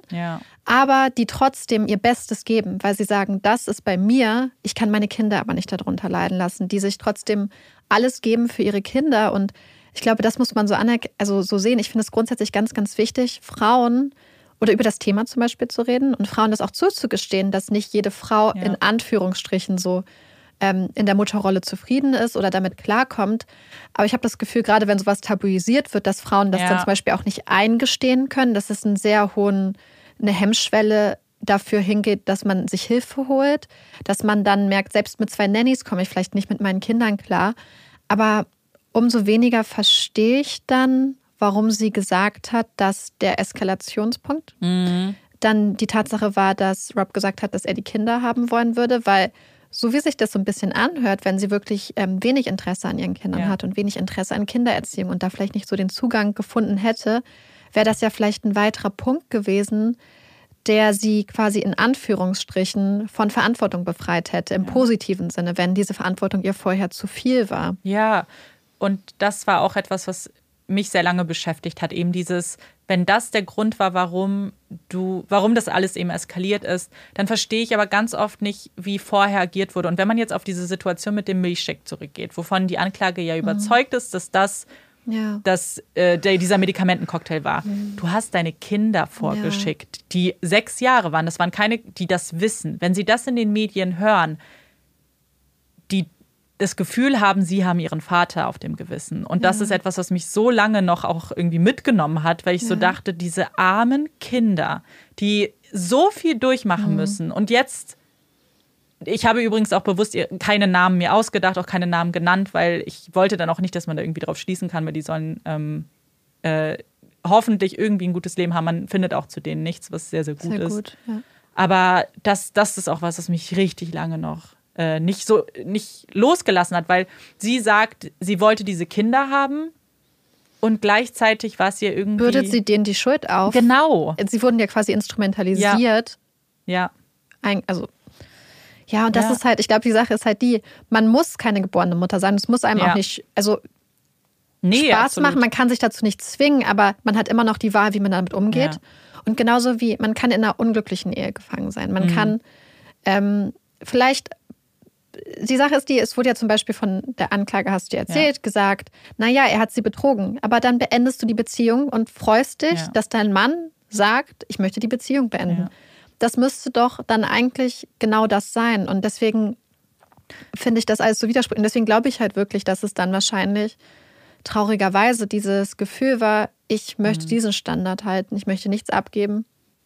aber die trotzdem ihr Bestes geben, weil sie sagen, das ist bei mir, ich kann meine Kinder aber nicht darunter leiden lassen, die sich trotzdem alles geben für ihre Kinder. Und ich glaube, das muss man so sehen. Ich finde es grundsätzlich ganz, ganz wichtig, Frauen oder über das Thema zum Beispiel zu reden und Frauen das auch zuzugestehen, dass nicht jede Frau in Anführungsstrichen so in der Mutterrolle zufrieden ist oder damit klarkommt. Aber ich habe das Gefühl, gerade wenn sowas tabuisiert wird, dass Frauen das dann zum Beispiel auch nicht eingestehen können, dass es eine Hemmschwelle dafür hingeht, dass man sich Hilfe holt, dass man dann merkt, selbst mit 2 Nannies komme ich vielleicht nicht mit meinen Kindern klar. Aber umso weniger verstehe ich dann, warum sie gesagt hat, dass der Eskalationspunkt dann die Tatsache war, dass Rob gesagt hat, dass er die Kinder haben wollen würde, weil so wie sich das so ein bisschen anhört, wenn sie wirklich wenig Interesse an ihren Kindern hat und wenig Interesse an Kindererziehung und da vielleicht nicht so den Zugang gefunden hätte, wäre das ja vielleicht ein weiterer Punkt gewesen, der sie quasi in Anführungsstrichen von Verantwortung befreit hätte, im positiven Sinne, wenn diese Verantwortung ihr vorher zu viel war. Ja, und das war auch etwas, was mich sehr lange beschäftigt hat. Eben dieses, wenn das der Grund war, warum das alles eben eskaliert ist, dann verstehe ich aber ganz oft nicht, wie vorher agiert wurde. Und wenn man jetzt auf diese Situation mit dem Milchshake zurückgeht, wovon die Anklage ja überzeugt ist, dass dieser Medikamentencocktail war. Du hast deine Kinder vorgeschickt, die 6 Jahre waren. Das waren keine, die das wissen. Wenn sie das in den Medien hören, die das Gefühl haben, sie haben ihren Vater auf dem Gewissen. Und das ist etwas, was mich so lange noch auch irgendwie mitgenommen hat, weil ich so dachte, diese armen Kinder, die so viel durchmachen müssen. Und jetzt, ich habe übrigens auch bewusst keine Namen mir ausgedacht, auch keine Namen genannt, weil ich wollte dann auch nicht, dass man da irgendwie drauf schließen kann, weil die sollen hoffentlich irgendwie ein gutes Leben haben. Man findet auch zu denen nichts, was sehr, sehr gut ist. Gut, ja. Aber das ist auch was mich richtig lange noch nicht losgelassen hat, weil sie sagt, sie wollte diese Kinder haben und gleichzeitig war es ihr irgendwie... Bürdet sie denen die Schuld auf? Genau. Sie wurden ja quasi instrumentalisiert. Ja. Und das ist halt, ich glaube, die Sache ist halt die, man muss keine geborene Mutter sein. Es muss einem auch nicht, Spaß absolut machen. Man kann sich dazu nicht zwingen, aber man hat immer noch die Wahl, wie man damit umgeht. Ja. Und genauso wie, man kann in einer unglücklichen Ehe gefangen sein. Man kann vielleicht... Die Sache ist die, es wurde ja zum Beispiel von der Anklage, hast du dir erzählt, gesagt, naja, er hat sie betrogen. Aber dann beendest du die Beziehung und freust dich, dass dein Mann sagt, ich möchte die Beziehung beenden. Ja. Das müsste doch dann eigentlich genau das sein. Und deswegen finde ich das alles so widersprüchlich. Und deswegen glaube ich halt wirklich, dass es dann wahrscheinlich traurigerweise dieses Gefühl war, ich möchte diesen Standard halten, ich möchte nichts abgeben.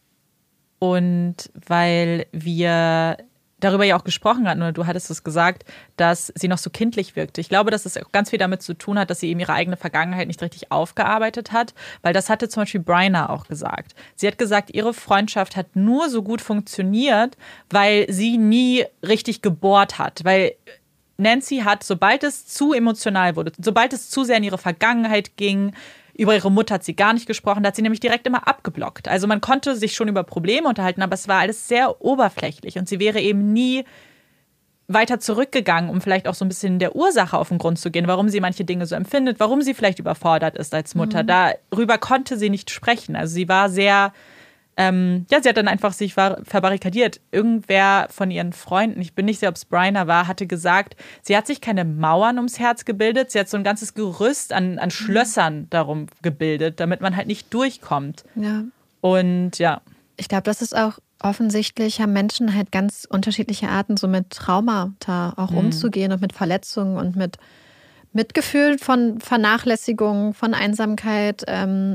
Und weil wir darüber ja auch gesprochen hatten, oder du hattest es gesagt, dass sie noch so kindlich wirkte. Ich glaube, dass es auch ganz viel damit zu tun hat, dass sie eben ihre eigene Vergangenheit nicht richtig aufgearbeitet hat, weil das hatte zum Beispiel Bryna auch gesagt. Sie hat gesagt, ihre Freundschaft hat nur so gut funktioniert, weil sie nie richtig gebohrt hat, weil Nancy hat, sobald es zu emotional wurde, sobald es zu sehr in ihre Vergangenheit ging, über ihre Mutter hat sie gar nicht gesprochen, da hat sie nämlich direkt immer abgeblockt. Also man konnte sich schon über Probleme unterhalten, aber es war alles sehr oberflächlich und sie wäre eben nie weiter zurückgegangen, um vielleicht auch so ein bisschen der Ursache auf den Grund zu gehen, warum sie manche Dinge so empfindet, warum sie vielleicht überfordert ist als Mutter. Darüber konnte sie nicht sprechen. Also sie war sehr... sie hat dann einfach sich verbarrikadiert. Irgendwer von ihren Freunden, ich bin nicht sicher, ob es Bryna war, hatte gesagt, sie hat sich keine Mauern ums Herz gebildet, sie hat so ein ganzes Gerüst an Schlössern darum gebildet, damit man halt nicht durchkommt. Ja. Und ja. Ich glaube, das ist auch offensichtlich, haben Menschen halt ganz unterschiedliche Arten, so mit Traumata auch umzugehen und mit Verletzungen und mit Mitgefühl von Vernachlässigung, von Einsamkeit,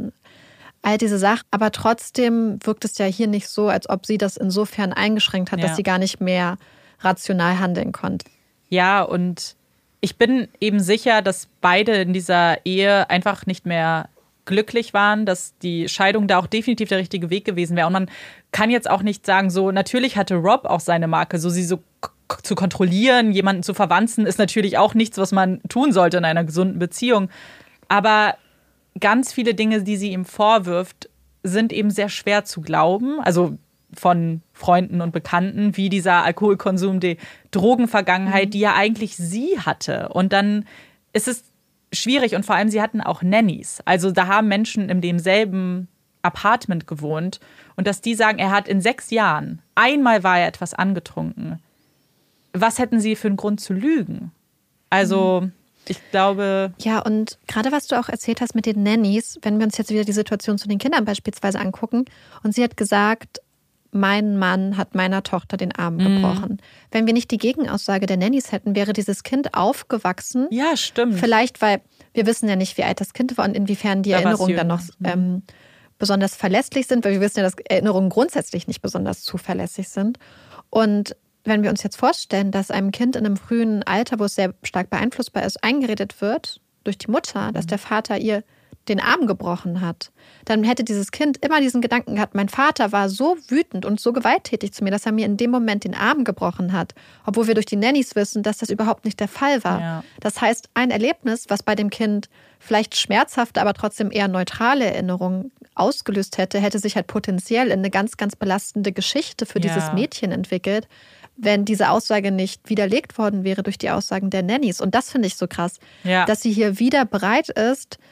all diese Sachen. Aber trotzdem wirkt es ja hier nicht so, als ob sie das insofern eingeschränkt hat, dass sie gar nicht mehr rational handeln konnte. Ja, und ich bin eben sicher, dass beide in dieser Ehe einfach nicht mehr glücklich waren, dass die Scheidung da auch definitiv der richtige Weg gewesen wäre. Und man kann jetzt auch nicht sagen, so natürlich hatte Rob auch seine Marke, so sie so zu kontrollieren, jemanden zu verwanzen, ist natürlich auch nichts, was man tun sollte in einer gesunden Beziehung. Aber ganz viele Dinge, die sie ihm vorwirft, sind eben sehr schwer zu glauben. Also von Freunden und Bekannten, wie dieser Alkoholkonsum, die Drogenvergangenheit, die ja eigentlich sie hatte. Und dann ist es schwierig. Und vor allem, sie hatten auch Nannies. Also da haben Menschen in demselben Apartment gewohnt. Und dass die sagen, er hat in 6 Jahren, einmal war er etwas angetrunken. Was hätten sie für einen Grund zu lügen? Also... Ich glaube... Ja, und gerade was du auch erzählt hast mit den Nannies, wenn wir uns jetzt wieder die Situation zu den Kindern beispielsweise angucken, und sie hat gesagt, mein Mann hat meiner Tochter den Arm gebrochen. Wenn wir nicht die Gegenaussage der Nannies hätten, wäre dieses Kind aufgewachsen. Ja, stimmt. Vielleicht, weil wir wissen ja nicht, wie alt das Kind war und inwiefern die Erinnerungen dann noch besonders verlässlich sind, weil wir wissen ja, dass Erinnerungen grundsätzlich nicht besonders zuverlässig sind. Und wenn wir uns jetzt vorstellen, dass einem Kind in einem frühen Alter, wo es sehr stark beeinflussbar ist, eingeredet wird durch die Mutter, dass der Vater ihr den Arm gebrochen hat, dann hätte dieses Kind immer diesen Gedanken gehabt, mein Vater war so wütend und so gewalttätig zu mir, dass er mir in dem Moment den Arm gebrochen hat, obwohl wir durch die Nannies wissen, dass das überhaupt nicht der Fall war. Ja. Das heißt, ein Erlebnis, was bei dem Kind vielleicht schmerzhafte, aber trotzdem eher neutrale Erinnerungen ausgelöst hätte, hätte sich halt potenziell in eine ganz, ganz belastende Geschichte für dieses Mädchen entwickelt, wenn diese Aussage nicht widerlegt worden wäre durch die Aussagen der Nannies. Und das finde ich so krass, dass sie hier wieder bereit ist,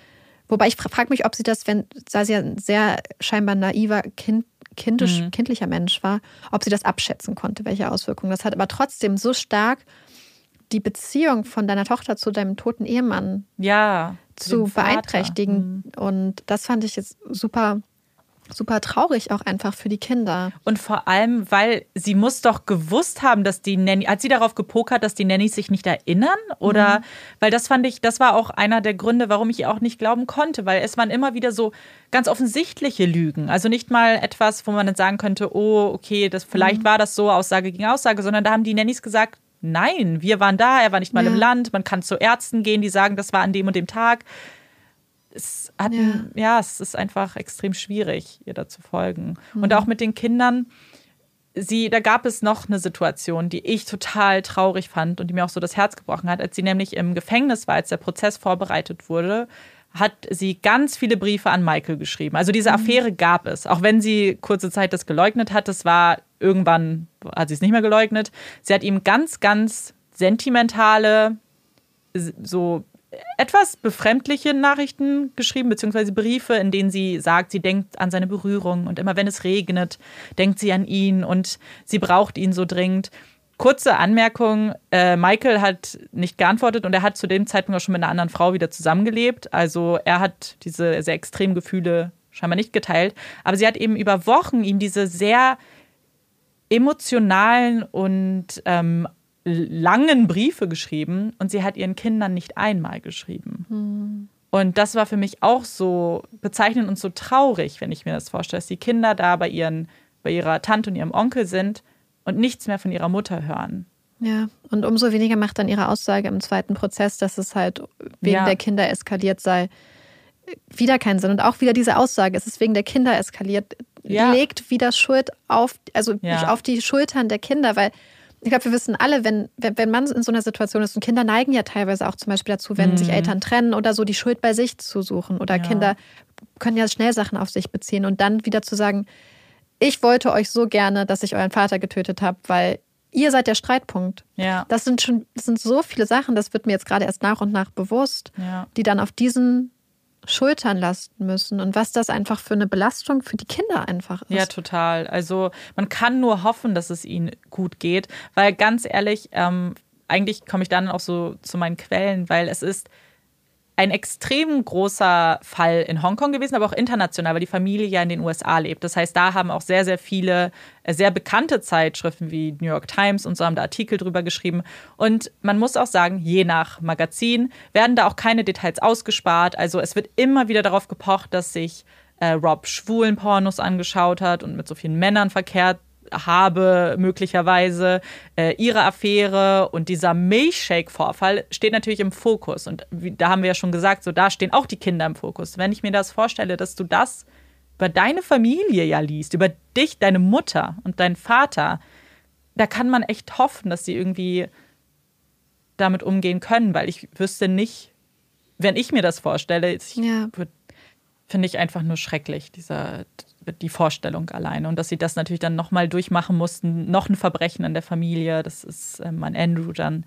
Wobei ich frage mich, ob sie das, da sie ja ein sehr scheinbar naiver, kindlicher Mensch war, ob sie das abschätzen konnte, welche Auswirkungen das hat. Aber trotzdem so stark die Beziehung von deiner Tochter zu deinem toten Ehemann zu beeinträchtigen. Und das fand ich jetzt super, super traurig auch einfach für die Kinder. Und vor allem, weil sie muss doch gewusst haben, dass die Nanny, hat sie darauf gepokert, dass die Nannys sich nicht erinnern? Oder, weil das fand ich, das war auch einer der Gründe, warum ich ihr auch nicht glauben konnte, weil es waren immer wieder so ganz offensichtliche Lügen. Also nicht mal etwas, wo man dann sagen könnte, oh, okay, das, vielleicht war das so Aussage gegen Aussage, sondern da haben die Nannys gesagt, nein, wir waren da, er war nicht mal im Land, man kann zu Ärzten gehen, die sagen, das war an dem und dem Tag. Es ist einfach extrem schwierig, ihr da zu folgen. Und auch mit den Kindern, da gab es noch eine Situation, die ich total traurig fand und die mir auch so das Herz gebrochen hat, als sie nämlich im Gefängnis war, als der Prozess vorbereitet wurde, hat sie ganz viele Briefe an Michael geschrieben. Also diese Affäre gab es, auch wenn sie kurze Zeit das geleugnet hat, das war irgendwann, hat sie es nicht mehr geleugnet. Sie hat ihm ganz, ganz sentimentale, so etwas befremdliche Nachrichten geschrieben, beziehungsweise Briefe, in denen sie sagt, sie denkt an seine Berührung und immer wenn es regnet, denkt sie an ihn und sie braucht ihn so dringend. Kurze Anmerkung, Michael hat nicht geantwortet und er hat zu dem Zeitpunkt auch schon mit einer anderen Frau wieder zusammengelebt. Also er hat diese sehr extremen Gefühle scheinbar nicht geteilt. Aber sie hat eben über Wochen ihm diese sehr emotionalen und langen Briefe geschrieben und sie hat ihren Kindern nicht einmal geschrieben. Und das war für mich auch so bezeichnend und so traurig, wenn ich mir das vorstelle, dass die Kinder da bei ihrer Tante und ihrem Onkel sind und nichts mehr von ihrer Mutter hören. Ja, und umso weniger macht dann ihre Aussage im zweiten Prozess, dass es halt wegen der Kinder eskaliert sei, wieder keinen Sinn. Und auch wieder diese Aussage, es ist wegen der Kinder eskaliert, legt wieder Schuld auf die Schultern der Kinder, weil ich glaube, wir wissen alle, wenn man in so einer Situation ist, und Kinder neigen ja teilweise auch zum Beispiel dazu, wenn sich Eltern trennen oder so, die Schuld bei sich zu suchen. Oder Kinder können ja schnell Sachen auf sich beziehen und dann wieder zu sagen, ich wollte euch so gerne, dass ich euren Vater getötet habe, weil ihr seid der Streitpunkt. Ja. Das sind so viele Sachen, das wird mir jetzt gerade erst nach und nach bewusst, die dann auf diesen Schultern lasten müssen und was das einfach für eine Belastung für die Kinder einfach ist. Ja, total. Also man kann nur hoffen, dass es ihnen gut geht, weil ganz ehrlich, eigentlich komme ich dann auch so zu meinen Quellen, weil es ist ein extrem großer Fall in Hongkong gewesen, aber auch international, weil die Familie ja in den USA lebt. Das heißt, da haben auch sehr, sehr viele sehr bekannte Zeitschriften wie New York Times und so haben da Artikel drüber geschrieben. Und man muss auch sagen, je nach Magazin werden da auch keine Details ausgespart. Also es wird immer wieder darauf gepocht, dass sich Rob schwulen Pornos angeschaut hat und mit so vielen Männern verkehrt habe, möglicherweise. Ihre Affäre und dieser Milchshake-Vorfall steht natürlich im Fokus. Und da haben wir ja schon gesagt, so da stehen auch die Kinder im Fokus. Wenn ich mir das vorstelle, dass du das über deine Familie ja liest, über dich, deine Mutter und deinen Vater, da kann man echt hoffen, dass sie irgendwie damit umgehen können, weil ich wüsste nicht, wenn ich mir das vorstelle, finde ich einfach nur schrecklich, die Vorstellung alleine. Und dass sie das natürlich dann nochmal durchmachen mussten, noch ein Verbrechen an der Familie, das ist an Andrew dann,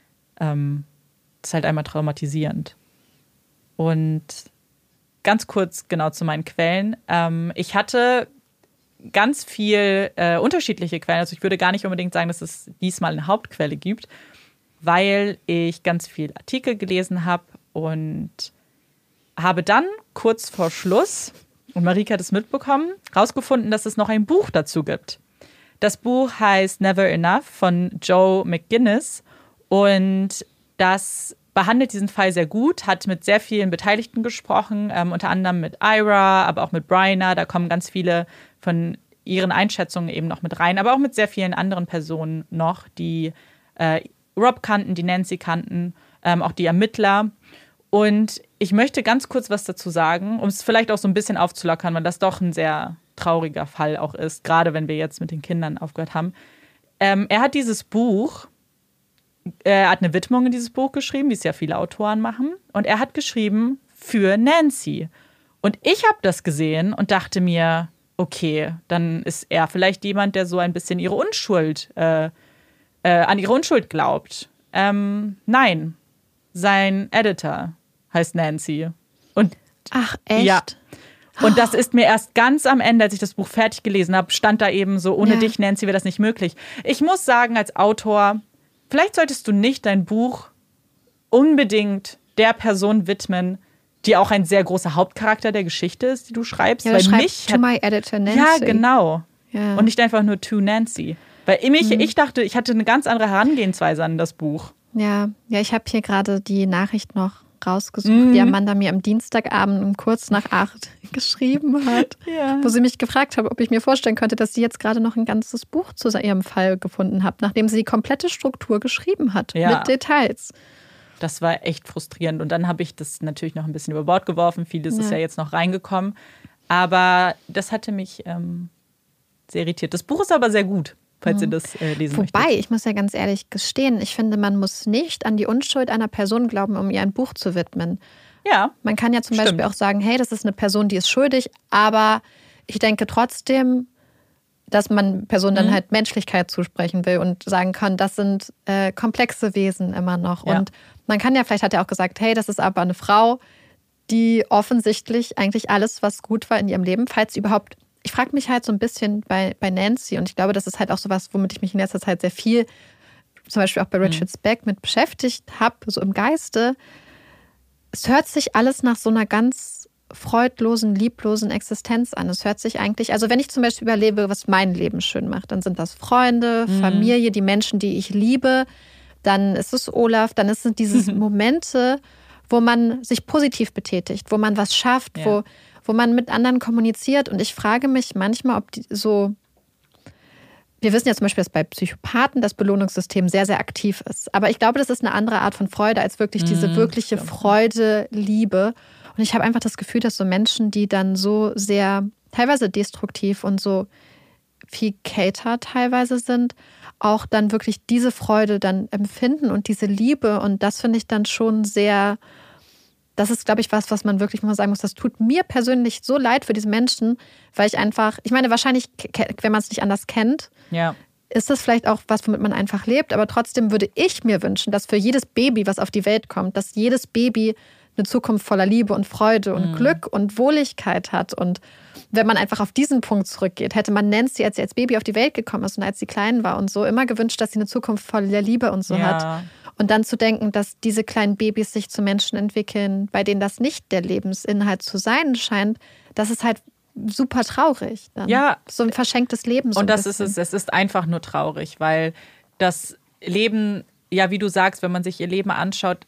ist halt einmal traumatisierend. Und ganz kurz genau zu meinen Quellen. Ich hatte ganz viel unterschiedliche Quellen, also ich würde gar nicht unbedingt sagen, dass es diesmal eine Hauptquelle gibt, weil ich ganz viel Artikel gelesen habe und habe dann kurz vor Schluss, und Marika hat es mitbekommen, rausgefunden, dass es noch ein Buch dazu gibt. Das Buch heißt Never Enough von Joe McGinnis und das behandelt diesen Fall sehr gut, hat mit sehr vielen Beteiligten gesprochen, unter anderem mit Ira, aber auch mit Bryna. Da kommen ganz viele von ihren Einschätzungen eben noch mit rein, aber auch mit sehr vielen anderen Personen noch, die Rob kannten, die Nancy kannten, auch die Ermittler. Und ich möchte ganz kurz was dazu sagen, um es vielleicht auch so ein bisschen aufzulockern, weil das doch ein sehr trauriger Fall auch ist, gerade wenn wir jetzt mit den Kindern aufgehört haben. Er hat dieses Buch, er hat eine Widmung in dieses Buch geschrieben, wie es ja viele Autoren machen. Und er hat geschrieben für Nancy. Und ich habe das gesehen und dachte mir, okay, dann ist er vielleicht jemand, der so ein bisschen ihre Unschuld, an ihre Unschuld glaubt. Nein, sein Editor heißt Nancy. Und Ach, echt? Ja. Und das ist mir erst ganz am Ende, als ich das Buch fertig gelesen habe, stand da eben so, ohne dich, Nancy, wäre das nicht möglich. Ich muss sagen, als Autor, vielleicht solltest du nicht dein Buch unbedingt der Person widmen, die auch ein sehr großer Hauptcharakter der Geschichte ist, die du schreibst. Ja, weil mich to my editor Nancy. Ja, genau. Ja. Und nicht einfach nur to Nancy. Weil ich dachte, ich hatte eine ganz andere Herangehensweise an das Buch. Ja, ich habe hier gerade die Nachricht noch rausgesucht, die Amanda mir am Dienstagabend um kurz nach 8 geschrieben hat, wo sie mich gefragt hat, ob ich mir vorstellen könnte, dass sie jetzt gerade noch ein ganzes Buch zu ihrem Fall gefunden hat, nachdem sie die komplette Struktur geschrieben hat, mit Details. Das war echt frustrierend. Und dann habe ich das natürlich noch ein bisschen über Bord geworfen. Vieles ist ja jetzt noch reingekommen. Aber das hatte mich sehr irritiert. Das Buch ist aber sehr gut, falls ihr das lesen möchtet. Wobei, ich muss ja ganz ehrlich gestehen, ich finde, man muss nicht an die Unschuld einer Person glauben, um ihr ein Buch zu widmen. Ja. Man kann ja zum Beispiel auch sagen, hey, das ist eine Person, die ist schuldig, aber ich denke trotzdem, dass man Personen dann halt Menschlichkeit zusprechen will und sagen kann, das sind komplexe Wesen immer noch. Ja. Und man kann ja, vielleicht hat er auch gesagt, hey, das ist aber eine Frau, die offensichtlich eigentlich alles, was gut war in ihrem Leben, falls überhaupt. Ich frage mich halt so ein bisschen bei Nancy und ich glaube, das ist halt auch sowas, womit ich mich in letzter Zeit sehr viel, zum Beispiel auch bei Richard Speck, mit beschäftigt habe, so im Geiste. Es hört sich alles nach so einer ganz freudlosen, lieblosen Existenz an. Es hört sich eigentlich, also wenn ich zum Beispiel überlebe, was mein Leben schön macht, dann sind das Freunde, Familie, die Menschen, die ich liebe, dann ist es Olaf, dann sind diese Momente, wo man sich positiv betätigt, wo man was schafft, wo man mit anderen kommuniziert. Und ich frage mich manchmal, ob die so. Wir wissen ja zum Beispiel, dass bei Psychopathen das Belohnungssystem sehr, sehr aktiv ist. Aber ich glaube, das ist eine andere Art von Freude als wirklich diese wirkliche Freude, Liebe. Und ich habe einfach das Gefühl, dass so Menschen, die dann so sehr teilweise destruktiv und so viel Cater teilweise sind, auch dann wirklich diese Freude dann empfinden und diese Liebe. Und das finde ich dann schon sehr, das ist, glaube ich, was man wirklich mal sagen muss, das tut mir persönlich so leid für diese Menschen, weil ich einfach, ich meine, wahrscheinlich, wenn man es nicht anders kennt, ist das vielleicht auch was, womit man einfach lebt. Aber trotzdem würde ich mir wünschen, dass für jedes Baby, was auf die Welt kommt, dass jedes Baby eine Zukunft voller Liebe und Freude und Glück und Wohligkeit hat. Und wenn man einfach auf diesen Punkt zurückgeht, hätte man Nancy, als sie als Baby auf die Welt gekommen ist und als sie klein war und so, immer gewünscht, dass sie eine Zukunft voller Liebe und so hat. Und dann zu denken, dass diese kleinen Babys sich zu Menschen entwickeln, bei denen das nicht der Lebensinhalt zu sein scheint, das ist halt super traurig. Dann. Ja. So ein verschenktes Leben. So und das ist es. Es ist einfach nur traurig, weil das Leben, ja, wie du sagst, wenn man sich ihr Leben anschaut,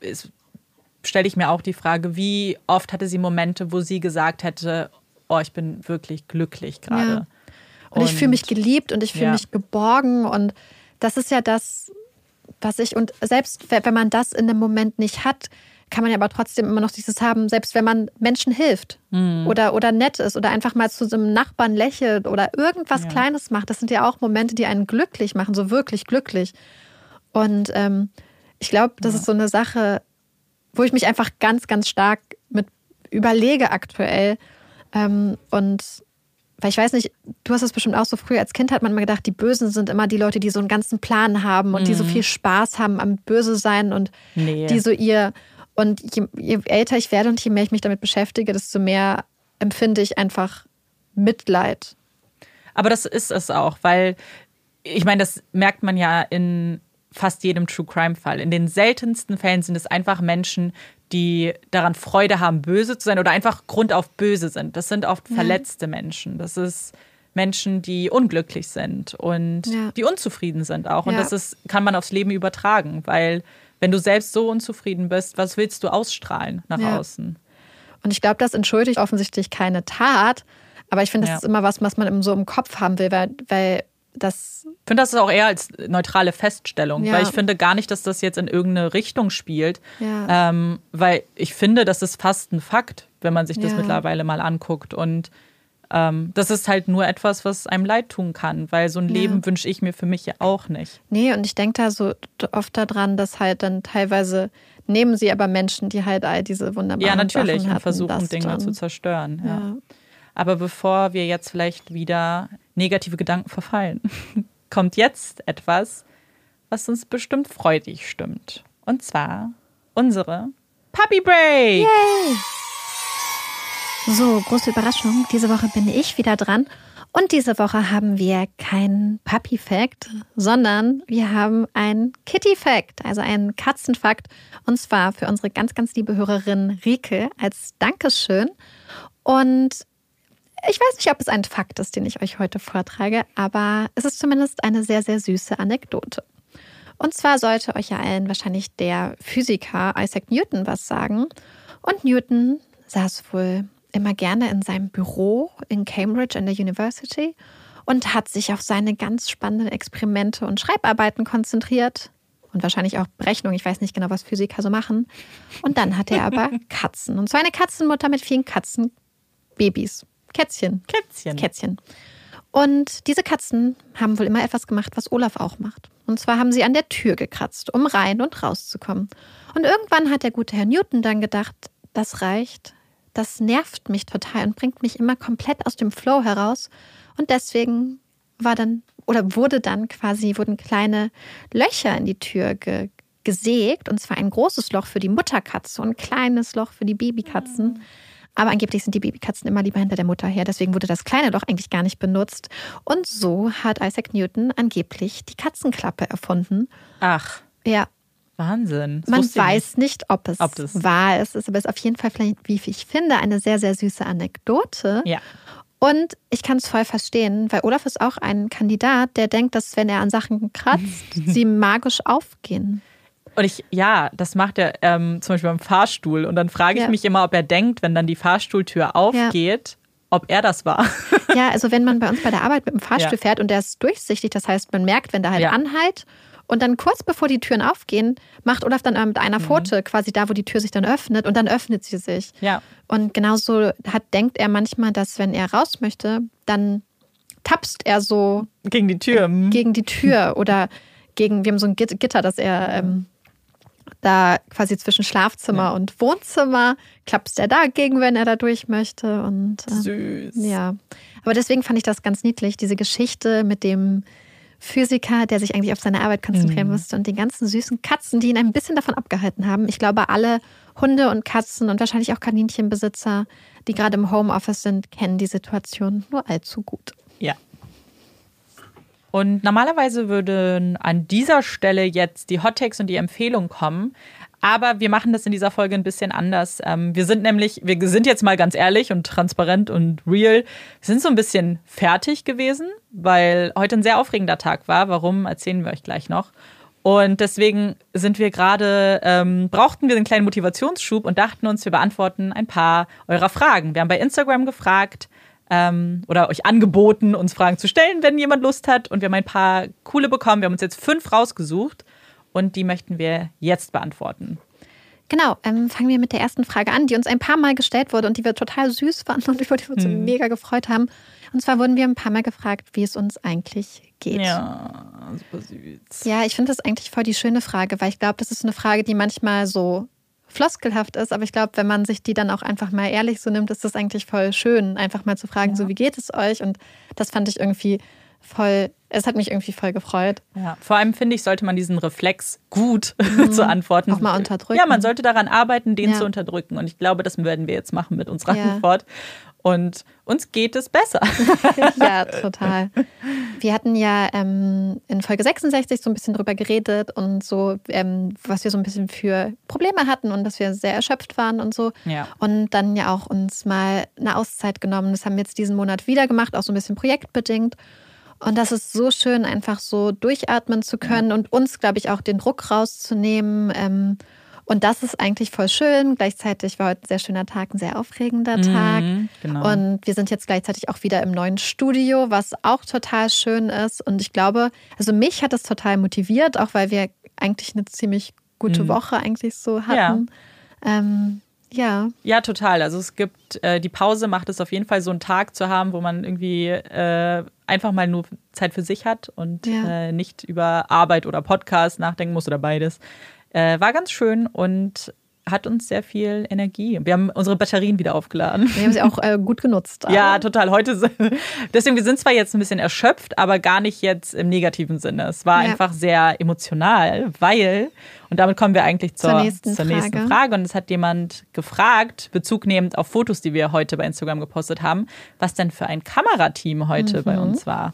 stelle ich mir auch die Frage, wie oft hatte sie Momente, wo sie gesagt hätte, oh, ich bin wirklich glücklich gerade. Ja. Und ich fühle mich geliebt und ich fühle mich geborgen. Und das ist ja das, was ich, und selbst wenn man das in dem Moment nicht hat, kann man ja aber trotzdem immer noch dieses haben, selbst wenn man Menschen hilft oder nett ist oder einfach mal zu so einem Nachbarn lächelt oder irgendwas Kleines macht. Das sind ja auch Momente, die einen glücklich machen, so wirklich glücklich. Und ich glaube, das ist so eine Sache, wo ich mich einfach ganz, ganz stark mit überlege aktuell. Und weil ich weiß nicht, du hast es bestimmt auch so früh als Kind, hat man immer gedacht, die Bösen sind immer die Leute, die so einen ganzen Plan haben und die so viel Spaß haben am Böse sein und die so ihr. Und je älter ich werde und je mehr ich mich damit beschäftige, desto mehr empfinde ich einfach Mitleid. Aber das ist es auch, weil ich meine, das merkt man ja in fast jedem True-Crime-Fall. In den seltensten Fällen sind es einfach Menschen, die daran Freude haben, böse zu sein oder einfach grundauf böse sind. Das sind oft verletzte Menschen. Das ist Menschen, die unglücklich sind und die unzufrieden sind auch. Und das kann man aufs Leben übertragen, weil wenn du selbst so unzufrieden bist, was willst du ausstrahlen nach außen? Und ich glaube, das entschuldigt offensichtlich keine Tat, aber ich finde, das ist immer was man so im Kopf haben will, weil das... Ich finde das auch eher als neutrale Feststellung, weil ich finde gar nicht, dass das jetzt in irgendeine Richtung spielt, weil ich finde, das ist fast ein Fakt, wenn man sich das mittlerweile mal anguckt und das ist halt nur etwas, was einem leid tun kann, weil so ein Leben wünsche ich mir für mich ja auch nicht. Nee, und ich denke da so oft daran, dass halt dann teilweise nehmen sie aber Menschen, die halt all diese wunderbaren Sachen hatten. Ja, natürlich, und versuchen Dinge zu zerstören. Ja. Aber bevor wir jetzt vielleicht wieder negative Gedanken verfallen, kommt jetzt etwas, was uns bestimmt freudig stimmt. Und zwar unsere Puppy Break. Yay! So, große Überraschung. Diese Woche bin ich wieder dran. Und diese Woche haben wir keinen Puppy-Fact, sondern wir haben einen Kitty-Fact, also einen Katzenfakt. Und zwar für unsere ganz, ganz liebe Hörerin Rike als Dankeschön. Und ich weiß nicht, ob es ein Fakt ist, den ich euch heute vortrage, aber es ist zumindest eine sehr, sehr süße Anekdote. Und zwar sollte euch ja allen wahrscheinlich der Physiker Isaac Newton was sagen. Und Newton saß wohl immer gerne in seinem Büro in Cambridge an der University und hat sich auf seine ganz spannenden Experimente und Schreibarbeiten konzentriert und wahrscheinlich auch Berechnungen. Ich weiß nicht genau, was Physiker so machen. Und dann hatte er aber Katzen. Und zwar eine Katzenmutter mit vielen Katzenbabys. Kätzchen. Und diese Katzen haben wohl immer etwas gemacht, was Olaf auch macht. Und zwar haben sie an der Tür gekratzt, um rein und rauszukommen. Und irgendwann hat der gute Herr Newton dann gedacht, das reicht. Das nervt mich total und bringt mich immer komplett aus dem Flow heraus. Und deswegen wurden kleine Löcher in die Tür gesägt. Und zwar ein großes Loch für die Mutterkatze und ein kleines Loch für die Babykatzen. Aber angeblich sind die Babykatzen immer lieber hinter der Mutter her. Deswegen wurde das kleine Loch eigentlich gar nicht benutzt. Und so hat Isaac Newton angeblich die Katzenklappe erfunden. Ach. Ja. Wahnsinn. Man weiß nicht, ob es wahr ist, aber es ist auf jeden Fall, vielleicht, wie ich finde, eine sehr, sehr süße Anekdote. Ja. Und ich kann es voll verstehen, weil Olaf ist auch ein Kandidat, der denkt, dass wenn er an Sachen kratzt, sie magisch aufgehen. Und das macht er zum Beispiel beim Fahrstuhl. Und dann frage ich mich immer, ob er denkt, wenn dann die Fahrstuhltür aufgeht, ob er das war. Ja, also wenn man bei uns bei der Arbeit mit dem Fahrstuhl fährt und der ist durchsichtig, das heißt, man merkt, wenn der halt anhält. Und dann kurz bevor die Türen aufgehen, macht Olaf dann mit einer Pfote quasi da, wo die Tür sich dann öffnet und dann öffnet sie sich. Ja. Und genauso denkt er manchmal, dass wenn er raus möchte, dann tapst er so gegen die Tür. Oder wir haben so ein Gitter, dass er da quasi zwischen Schlafzimmer und Wohnzimmer klapst er dagegen, wenn er da durch möchte. Und, süß. Ja. Aber deswegen fand ich das ganz niedlich, diese Geschichte mit dem Physiker, der sich eigentlich auf seine Arbeit konzentrieren musste und den ganzen süßen Katzen, die ihn ein bisschen davon abgehalten haben. Ich glaube, alle Hunde und Katzen und wahrscheinlich auch Kaninchenbesitzer, die gerade im Homeoffice sind, kennen die Situation nur allzu gut. Ja. Und normalerweise würden an dieser Stelle jetzt die Hot-Takes und die Empfehlungen kommen. Aber wir machen das in dieser Folge ein bisschen anders. Wir sind jetzt mal ganz ehrlich und transparent und real. Wir sind so ein bisschen fertig gewesen, weil heute ein sehr aufregender Tag war. Warum, erzählen wir euch gleich noch. Und deswegen sind wir brauchten wir einen kleinen Motivationsschub und dachten uns, wir beantworten ein paar eurer Fragen. Wir haben bei Instagram gefragt oder euch angeboten, uns Fragen zu stellen, wenn jemand Lust hat. Und wir haben ein paar coole bekommen. Wir haben uns jetzt 5 rausgesucht. Und die möchten wir jetzt beantworten. Genau, fangen wir mit der ersten Frage an, die uns ein paar Mal gestellt wurde und die wir total süß fanden und über die wir uns so mega gefreut haben. Und zwar wurden wir ein paar Mal gefragt, wie es uns eigentlich geht. Ja, super süß. Ja, ich finde das eigentlich voll die schöne Frage, weil ich glaube, das ist eine Frage, die manchmal so floskelhaft ist. Aber ich glaube, wenn man sich die dann auch einfach mal ehrlich so nimmt, ist das eigentlich voll schön, einfach mal zu fragen, so wie geht es euch? Und das fand ich irgendwie es hat mich irgendwie voll gefreut. Ja, vor allem finde ich, sollte man diesen Reflex gut zu antworten. Auch mal unterdrücken. Ja, man sollte daran arbeiten, den zu unterdrücken. Und ich glaube, das werden wir jetzt machen mit unserer Antwort. Und uns geht es besser. Ja, total. Wir hatten ja in Folge 66 so ein bisschen drüber geredet und so, was wir so ein bisschen für Probleme hatten und dass wir sehr erschöpft waren und so. Ja. Und dann ja auch uns mal eine Auszeit genommen. Das haben wir jetzt diesen Monat wieder gemacht, auch so ein bisschen projektbedingt. Und das ist so schön, einfach so durchatmen zu können und uns, glaube ich, auch den Druck rauszunehmen. Und das ist eigentlich voll schön. Gleichzeitig war heute ein sehr schöner Tag, ein sehr aufregender Tag. Genau. Und wir sind jetzt gleichzeitig auch wieder im neuen Studio, was auch total schön ist. Und ich glaube, also mich hat es total motiviert, auch weil wir eigentlich eine ziemlich gute Woche eigentlich so hatten. Ja. Ja, total. Also es gibt, die Pause macht es auf jeden Fall so einen Tag zu haben, wo man irgendwie einfach mal nur Zeit für sich hat und nicht über Arbeit oder Podcast nachdenken muss oder beides. War ganz schön und hat uns sehr viel Energie. Wir haben unsere Batterien wieder aufgeladen. Wir haben sie auch gut genutzt. Ja, total. Deswegen, wir sind zwar jetzt ein bisschen erschöpft, aber gar nicht jetzt im negativen Sinne. Es war einfach sehr emotional, weil, und damit kommen wir eigentlich zur nächsten Frage. Und es hat jemand gefragt, bezugnehmend auf Fotos, die wir heute bei Instagram gepostet haben, was denn für ein Kamerateam heute bei uns war.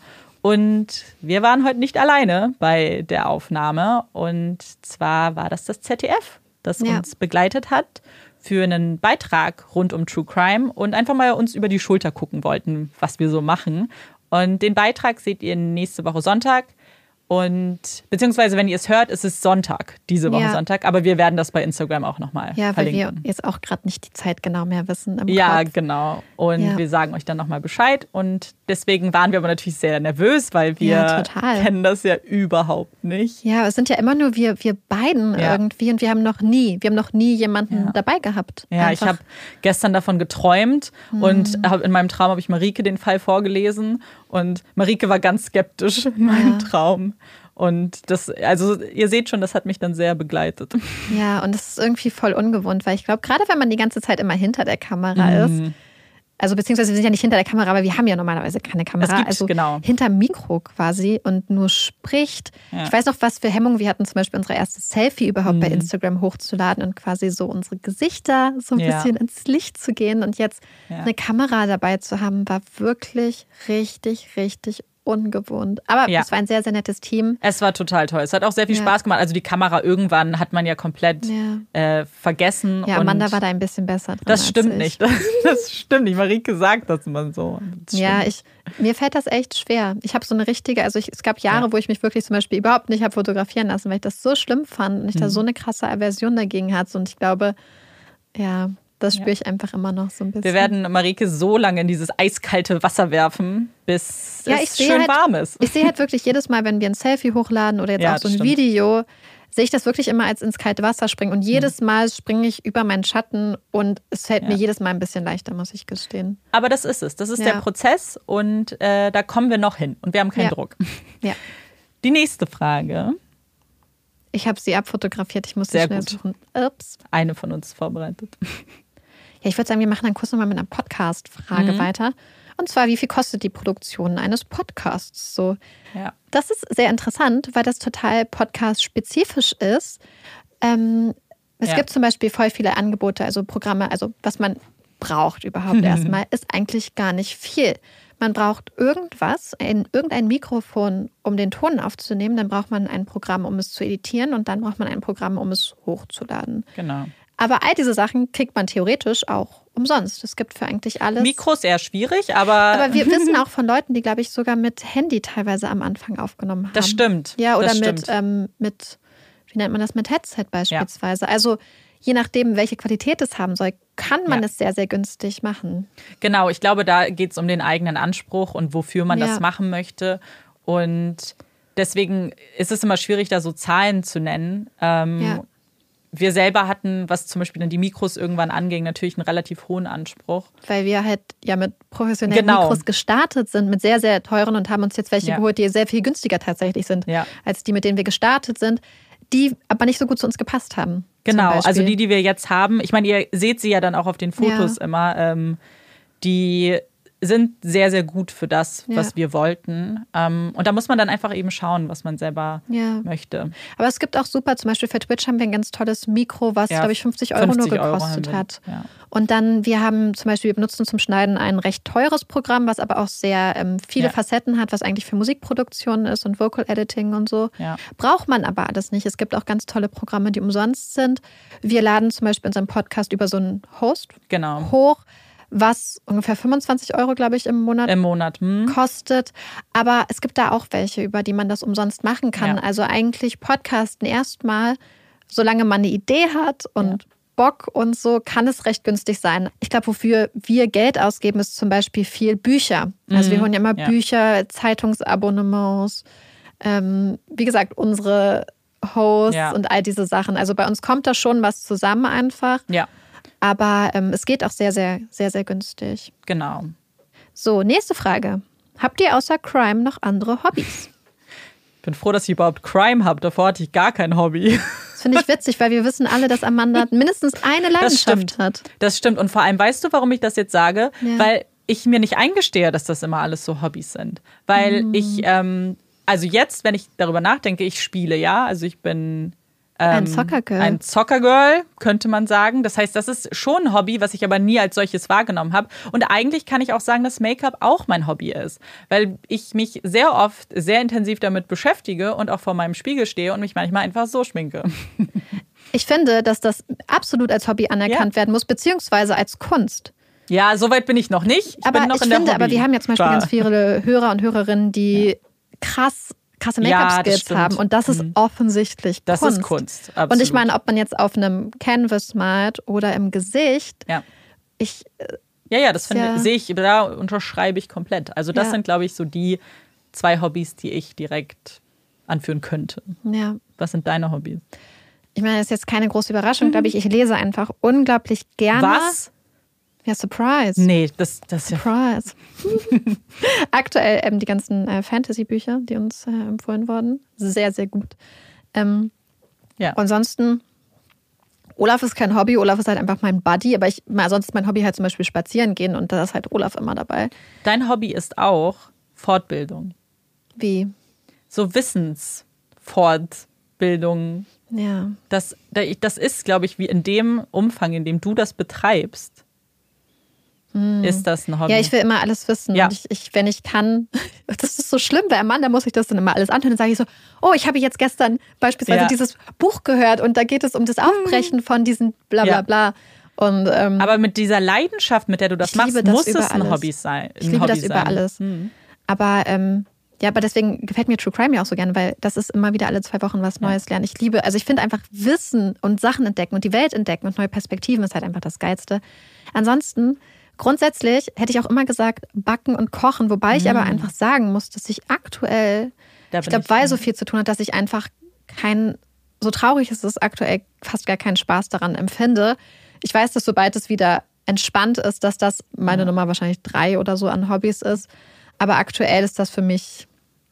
Und wir waren heute nicht alleine bei der Aufnahme. Und zwar war das ZDF, das uns begleitet hat für einen Beitrag rund um True Crime und einfach mal uns über die Schulter gucken wollten, was wir so machen. Und den Beitrag seht ihr nächste Woche Sonntag. Und beziehungsweise, wenn ihr es hört, ist es Sonntag, diese Woche Sonntag. Aber wir werden das bei Instagram auch nochmal verlinken. Ja, weil wir jetzt auch gerade nicht die Zeit genau mehr wissen im Ja, Kopf. Genau. Und wir sagen euch dann nochmal Bescheid. Und deswegen waren wir aber natürlich sehr nervös, weil wir kennen das ja überhaupt nicht. Ja, es sind ja immer nur wir beiden irgendwie. Und wir haben noch nie jemanden dabei gehabt. Ja, einfach. Ich habe gestern davon geträumt und in meinem Traum habe ich Marike den Fall vorgelesen. Und Marike war ganz skeptisch in meinem Traum. Und das, also ihr seht schon, das hat mich dann sehr begleitet. Ja, und das ist irgendwie voll ungewohnt, weil ich glaube, gerade wenn man die ganze Zeit immer hinter der Kamera ist, also beziehungsweise wir sind ja nicht hinter der Kamera, aber wir haben ja normalerweise keine Kamera, also hinterm Mikro quasi und nur spricht. Ja. Ich weiß noch, was für Hemmungen wir hatten, zum Beispiel unsere erste Selfie überhaupt bei Instagram hochzuladen und quasi so unsere Gesichter so ein bisschen ins Licht zu gehen. Und jetzt eine Kamera dabei zu haben, war wirklich richtig, richtig ungewohnt. Aber es war ein sehr, sehr nettes Team. Es war total toll. Es hat auch sehr viel Spaß gemacht. Also die Kamera irgendwann hat man ja komplett vergessen. Ja, Amanda war da ein bisschen besser drin. Das stimmt nicht. Das stimmt nicht. Marike sagt das immer so. Das mir fällt das echt schwer. Ich habe so eine richtige, es gab Jahre, wo ich mich wirklich zum Beispiel überhaupt nicht habe fotografieren lassen, weil ich das so schlimm fand und ich da so eine krasse Aversion dagegen hatte. Und ich glaube, das spüre ich einfach immer noch so ein bisschen. Wir werden Marike so lange in dieses eiskalte Wasser werfen, bis es schön warm ist. Ich sehe halt wirklich jedes Mal, wenn wir ein Selfie hochladen oder jetzt auch so ein Video, sehe ich das wirklich immer als ins kalte Wasser springen. Und jedes Mal springe ich über meinen Schatten und es fällt mir jedes Mal ein bisschen leichter, muss ich gestehen. Aber das ist es. Das ist der Prozess und da kommen wir noch hin. Und wir haben keinen Druck. Ja. Die nächste Frage. Ich habe sie abfotografiert. Ich muss sie schnell suchen. Ups. Eine von uns vorbereitet. Ja, ich würde sagen, wir machen dann kurz nochmal mit einer Podcast-Frage weiter. Und zwar, wie viel kostet die Produktion eines Podcasts? So. Ja. Das ist sehr interessant, weil das total podcast-spezifisch ist. Es gibt zum Beispiel voll viele Angebote, also Programme, also was man braucht überhaupt erstmal, ist eigentlich gar nicht viel. Man braucht irgendein Mikrofon, um den Ton aufzunehmen. Dann braucht man ein Programm, um es zu editieren. Und dann braucht man ein Programm, um es hochzuladen. Genau. Aber all diese Sachen kriegt man theoretisch auch umsonst. Es gibt für eigentlich alles. Mikros eher schwierig, aber... Aber wir wissen auch von Leuten, die, glaube ich, sogar mit Handy teilweise am Anfang aufgenommen haben. Das stimmt. Ja, oder mit, wie nennt man das, mit Headset beispielsweise. Ja. Also je nachdem, welche Qualität es haben soll, kann man es sehr, sehr günstig machen. Genau, ich glaube, da geht es um den eigenen Anspruch und wofür man das machen möchte. Und deswegen ist es immer schwierig, da so Zahlen zu nennen. Wir selber hatten, was zum Beispiel dann die Mikros irgendwann anging, natürlich einen relativ hohen Anspruch. Weil wir halt mit professionellen Mikros gestartet sind, mit sehr, sehr teuren und haben uns jetzt welche geholt, die sehr viel günstiger tatsächlich sind, als die, mit denen wir gestartet sind, die aber nicht so gut zu uns gepasst haben. Genau, also die wir jetzt haben, ich meine, ihr seht sie ja dann auch auf den Fotos immer, die sind sehr, sehr gut für das, was wir wollten. Und da muss man dann einfach eben schauen, was man selber möchte. Aber es gibt auch super, zum Beispiel für Twitch haben wir ein ganz tolles Mikro, was, glaube ich, 50 Euro nur gekostet hat. Ja. Und dann, wir benutzen zum Schneiden ein recht teures Programm, was aber auch sehr viele Facetten hat, was eigentlich für Musikproduktion ist und Vocal Editing und so. Ja. Braucht man aber alles nicht. Es gibt auch ganz tolle Programme, die umsonst sind. Wir laden zum Beispiel unseren Podcast über so einen Host hoch, was ungefähr 25 Euro, glaube ich, im Monat kostet. Aber es gibt da auch welche, über die man das umsonst machen kann. Ja. Also eigentlich podcasten erstmal, solange man eine Idee hat und Bock und so, kann es recht günstig sein. Ich glaube, wofür wir Geld ausgeben, ist zum Beispiel viel Bücher. Also wir holen ja immer Bücher, Zeitungsabonnements, wie gesagt, unsere Hosts und all diese Sachen. Also bei uns kommt da schon was zusammen einfach. Ja. Aber es geht auch sehr, sehr, sehr, sehr günstig. Genau. So, nächste Frage. Habt ihr außer Crime noch andere Hobbys? Ich bin froh, dass ich überhaupt Crime habe. Davor hatte ich gar kein Hobby. Das finde ich witzig, weil wir wissen alle, dass Amanda mindestens eine Leidenschaft hat. Das stimmt. Und vor allem, weißt du, warum ich das jetzt sage? Ja. Weil ich mir nicht eingestehe, dass das immer alles so Hobbys sind. Weil ich, also jetzt, wenn ich darüber nachdenke, ich spiele, ja. Also ich bin ein Soccer-Girl. Ein Soccer-Girl, könnte man sagen. Das heißt, das ist schon ein Hobby, was ich aber nie als solches wahrgenommen habe. Und eigentlich kann ich auch sagen, dass Make-up auch mein Hobby ist. Weil ich mich sehr oft sehr intensiv damit beschäftige und auch vor meinem Spiegel stehe und mich manchmal einfach so schminke. Ich finde, dass das absolut als Hobby anerkannt werden muss, beziehungsweise als Kunst. Ja, so weit bin ich noch nicht. Aber wir haben ja zum Beispiel ganz viele Hörer und Hörerinnen, die krasse Make-up-Skills haben. Und das ist offensichtlich Kunst. Das ist Kunst, absolut. Und ich meine, ob man jetzt auf einem Canvas malt oder im Gesicht, das sehe ich, da unterschreibe ich komplett. Also das sind, glaube ich, so die 2 Hobbys, die ich direkt anführen könnte. Ja. Was sind deine Hobbys? Ich meine, das ist jetzt keine große Überraschung, glaube ich. Ich lese einfach unglaublich gerne. Was? Ja, Surprise. Nee, das ist ja... Surprise. Aktuell die ganzen Fantasy-Bücher, die uns empfohlen wurden. Sehr, sehr gut. Ansonsten, Olaf ist kein Hobby. Olaf ist halt einfach mein Buddy. Aber sonst ist mein Hobby halt zum Beispiel spazieren gehen. Und da ist halt Olaf immer dabei. Dein Hobby ist auch Fortbildung. Wie? So Wissensfortbildung. Ja. Das ist, glaube ich, wie in dem Umfang, in dem du das betreibst, ist das ein Hobby. Ja, ich will immer alles wissen. Ja. Und wenn ich kann, das ist so schlimm, weil Amanda muss ich das dann immer alles anhören. Dann sage ich so, ich habe jetzt gestern beispielsweise dieses Buch gehört und da geht es um das Aufbrechen von diesen bla bla bla. Und, aber mit dieser Leidenschaft, mit der du das machst, muss es ein Hobby sein. Ich liebe das über alles. Aber aber deswegen gefällt mir True Crime ja auch so gerne, weil das ist immer wieder alle 2 Wochen was Neues lernen. Ich finde einfach Wissen und Sachen entdecken und die Welt entdecken und neue Perspektiven ist halt einfach das Geilste. Ansonsten, grundsätzlich hätte ich auch immer gesagt, backen und kochen, wobei ich aber einfach sagen muss, dass ich aktuell, weil so viel zu tun hat, dass ich einfach so traurig ist es aktuell, fast gar keinen Spaß daran empfinde. Ich weiß, dass sobald es wieder entspannt ist, dass das meine Nummer wahrscheinlich 3 oder so an Hobbys ist. Aber aktuell ist das für mich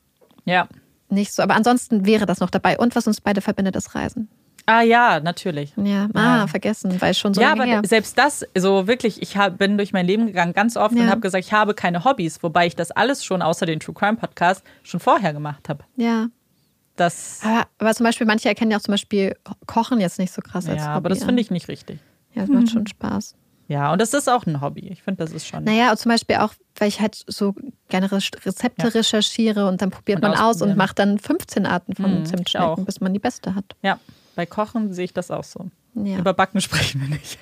nicht so. Aber ansonsten wäre das noch dabei. Und was uns beide verbindet, ist Reisen. Ah ja, natürlich. Ja, vergessen, weil schon so lange her. Ja, aber selbst das, so wirklich, bin durch mein Leben gegangen ganz oft und habe gesagt, ich habe keine Hobbys, wobei ich das alles schon außer den True Crime Podcast schon vorher gemacht habe. Ja. Aber zum Beispiel, manche erkennen ja auch zum Beispiel Kochen jetzt nicht so krass als Hobby. Ja, aber das finde ich nicht richtig. Ja, das macht schon Spaß. Ja, und das ist auch ein Hobby. Ich finde, das ist schon... Naja, und zum Beispiel auch, weil ich halt so gerne Rezepte recherchiere und dann probiert man aus und macht dann 15 Arten von Zimtschnecken, bis man die beste hat. Ja, bei Kochen sehe ich das auch so. Ja. Über Backen sprechen wir nicht.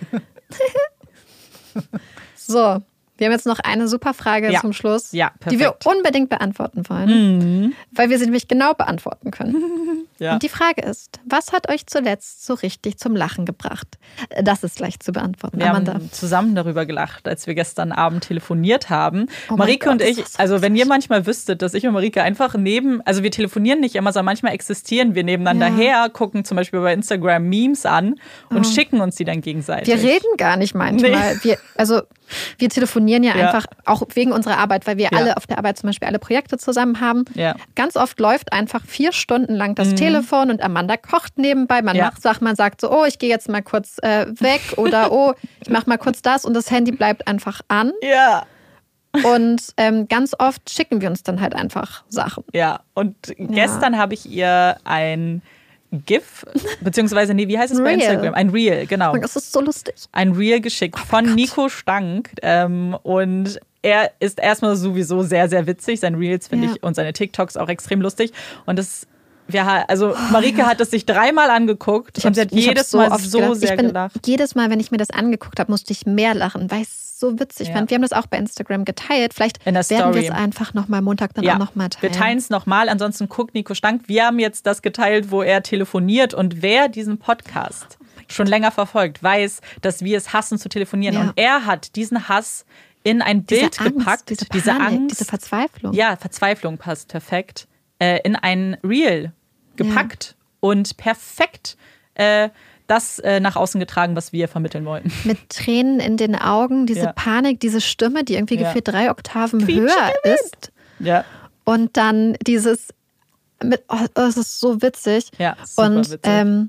So, wir haben jetzt noch eine super Frage zum Schluss, die wir unbedingt beantworten wollen, weil wir sie nämlich genau beantworten können. Ja. Und die Frage ist, was hat euch zuletzt so richtig zum Lachen gebracht? Das ist gleich zu beantworten. Wir Amanda. haben zusammen darüber gelacht, als wir gestern Abend telefoniert haben. Marike und ich, also wenn ihr manchmal wüsstet, dass ich und Marike einfach also wir telefonieren nicht immer, sondern manchmal existieren wir nebeneinander her, gucken zum Beispiel bei Instagram Memes an und schicken uns die dann gegenseitig. Wir reden gar nicht manchmal. Wir telefonieren ja einfach auch wegen unserer Arbeit, weil wir alle auf der Arbeit zum Beispiel alle Projekte zusammen haben. Ja. Ganz oft läuft einfach 4 Stunden lang das Telefon und Amanda kocht nebenbei. Man sagt so, ich gehe jetzt mal kurz weg oder ich mache mal kurz das und das Handy bleibt einfach an. Ja. Und ganz oft schicken wir uns dann halt einfach Sachen. Ja, und gestern habe ich ihr ein GIF, beziehungsweise, wie heißt es bei Instagram? Ein Reel, genau. Das ist so lustig. Ein Reel geschickt von Nico Stank. Und er ist erstmal sowieso sehr, sehr witzig. Seine Reels finde ich und seine TikToks auch extrem lustig. Und Marike hat es sich 3-mal angeguckt und sie hat jedes Mal so sehr gelacht. Jedes Mal, wenn ich mir das angeguckt habe, musste ich mehr lachen, weil ich es so witzig fand. Wir haben das auch bei Instagram geteilt. Vielleicht werden wir es einfach nochmal Montag dann auch nochmal teilen. Wir teilen es nochmal. Ansonsten guckt Nico Stank. Wir haben jetzt das geteilt, wo er telefoniert. Und wer diesen Podcast schon länger verfolgt, weiß, dass wir es hassen zu telefonieren. Ja. Und er hat diesen Hass in ein Bild gepackt. Diese Angst, diese Verzweiflung. Ja, Verzweiflung passt perfekt. In ein Reel gepackt und perfekt das nach außen getragen, was wir vermitteln wollten. Mit Tränen in den Augen, diese Panik, diese Stimme, die irgendwie gefühlt 3 Oktaven höher ist. Ja. Und dann dieses, es ist so witzig. Ja, super witzig.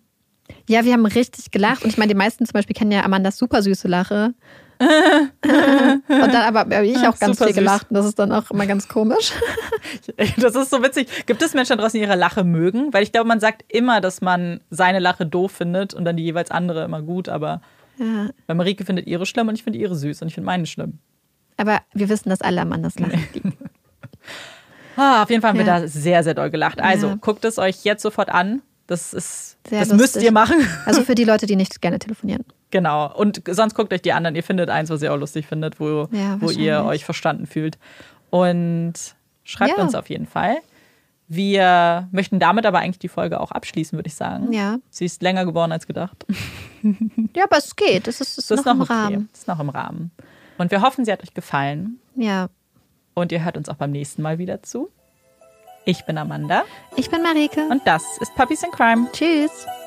Ja, wir haben richtig gelacht. Und ich meine, die meisten zum Beispiel kennen ja Amandas super süße Lache. Und dann aber habe ich auch ganz Super viel gelacht. Und das ist dann auch immer ganz komisch. Das ist so witzig. Gibt es Menschen da draußen, die ihre Lache mögen? Weil ich glaube, man sagt immer, dass man seine Lache doof findet und dann die jeweils andere immer gut. Aber weil Marike findet ihre schlimm und ich finde ihre süß und ich finde meine schlimm. Aber wir wissen, dass alle Amandas Lache lieben. Auf jeden Fall haben wir da sehr, sehr doll gelacht. Also guckt es euch jetzt sofort an. Das müsst ihr machen. Also für die Leute, die nicht gerne telefonieren. Genau. Und sonst guckt euch die anderen. Ihr findet eins, was ihr auch lustig findet, wo ihr euch verstanden fühlt. Und schreibt uns auf jeden Fall. Wir möchten damit aber eigentlich die Folge auch abschließen, würde ich sagen. Ja. Sie ist länger geworden als gedacht. Ja, aber es geht. Es ist noch im Rahmen. Es ist noch im Rahmen. Und wir hoffen, sie hat euch gefallen. Ja. Und ihr hört uns auch beim nächsten Mal wieder zu. Ich bin Amanda. Ich bin Marike. Und das ist Puppies in Crime. Tschüss.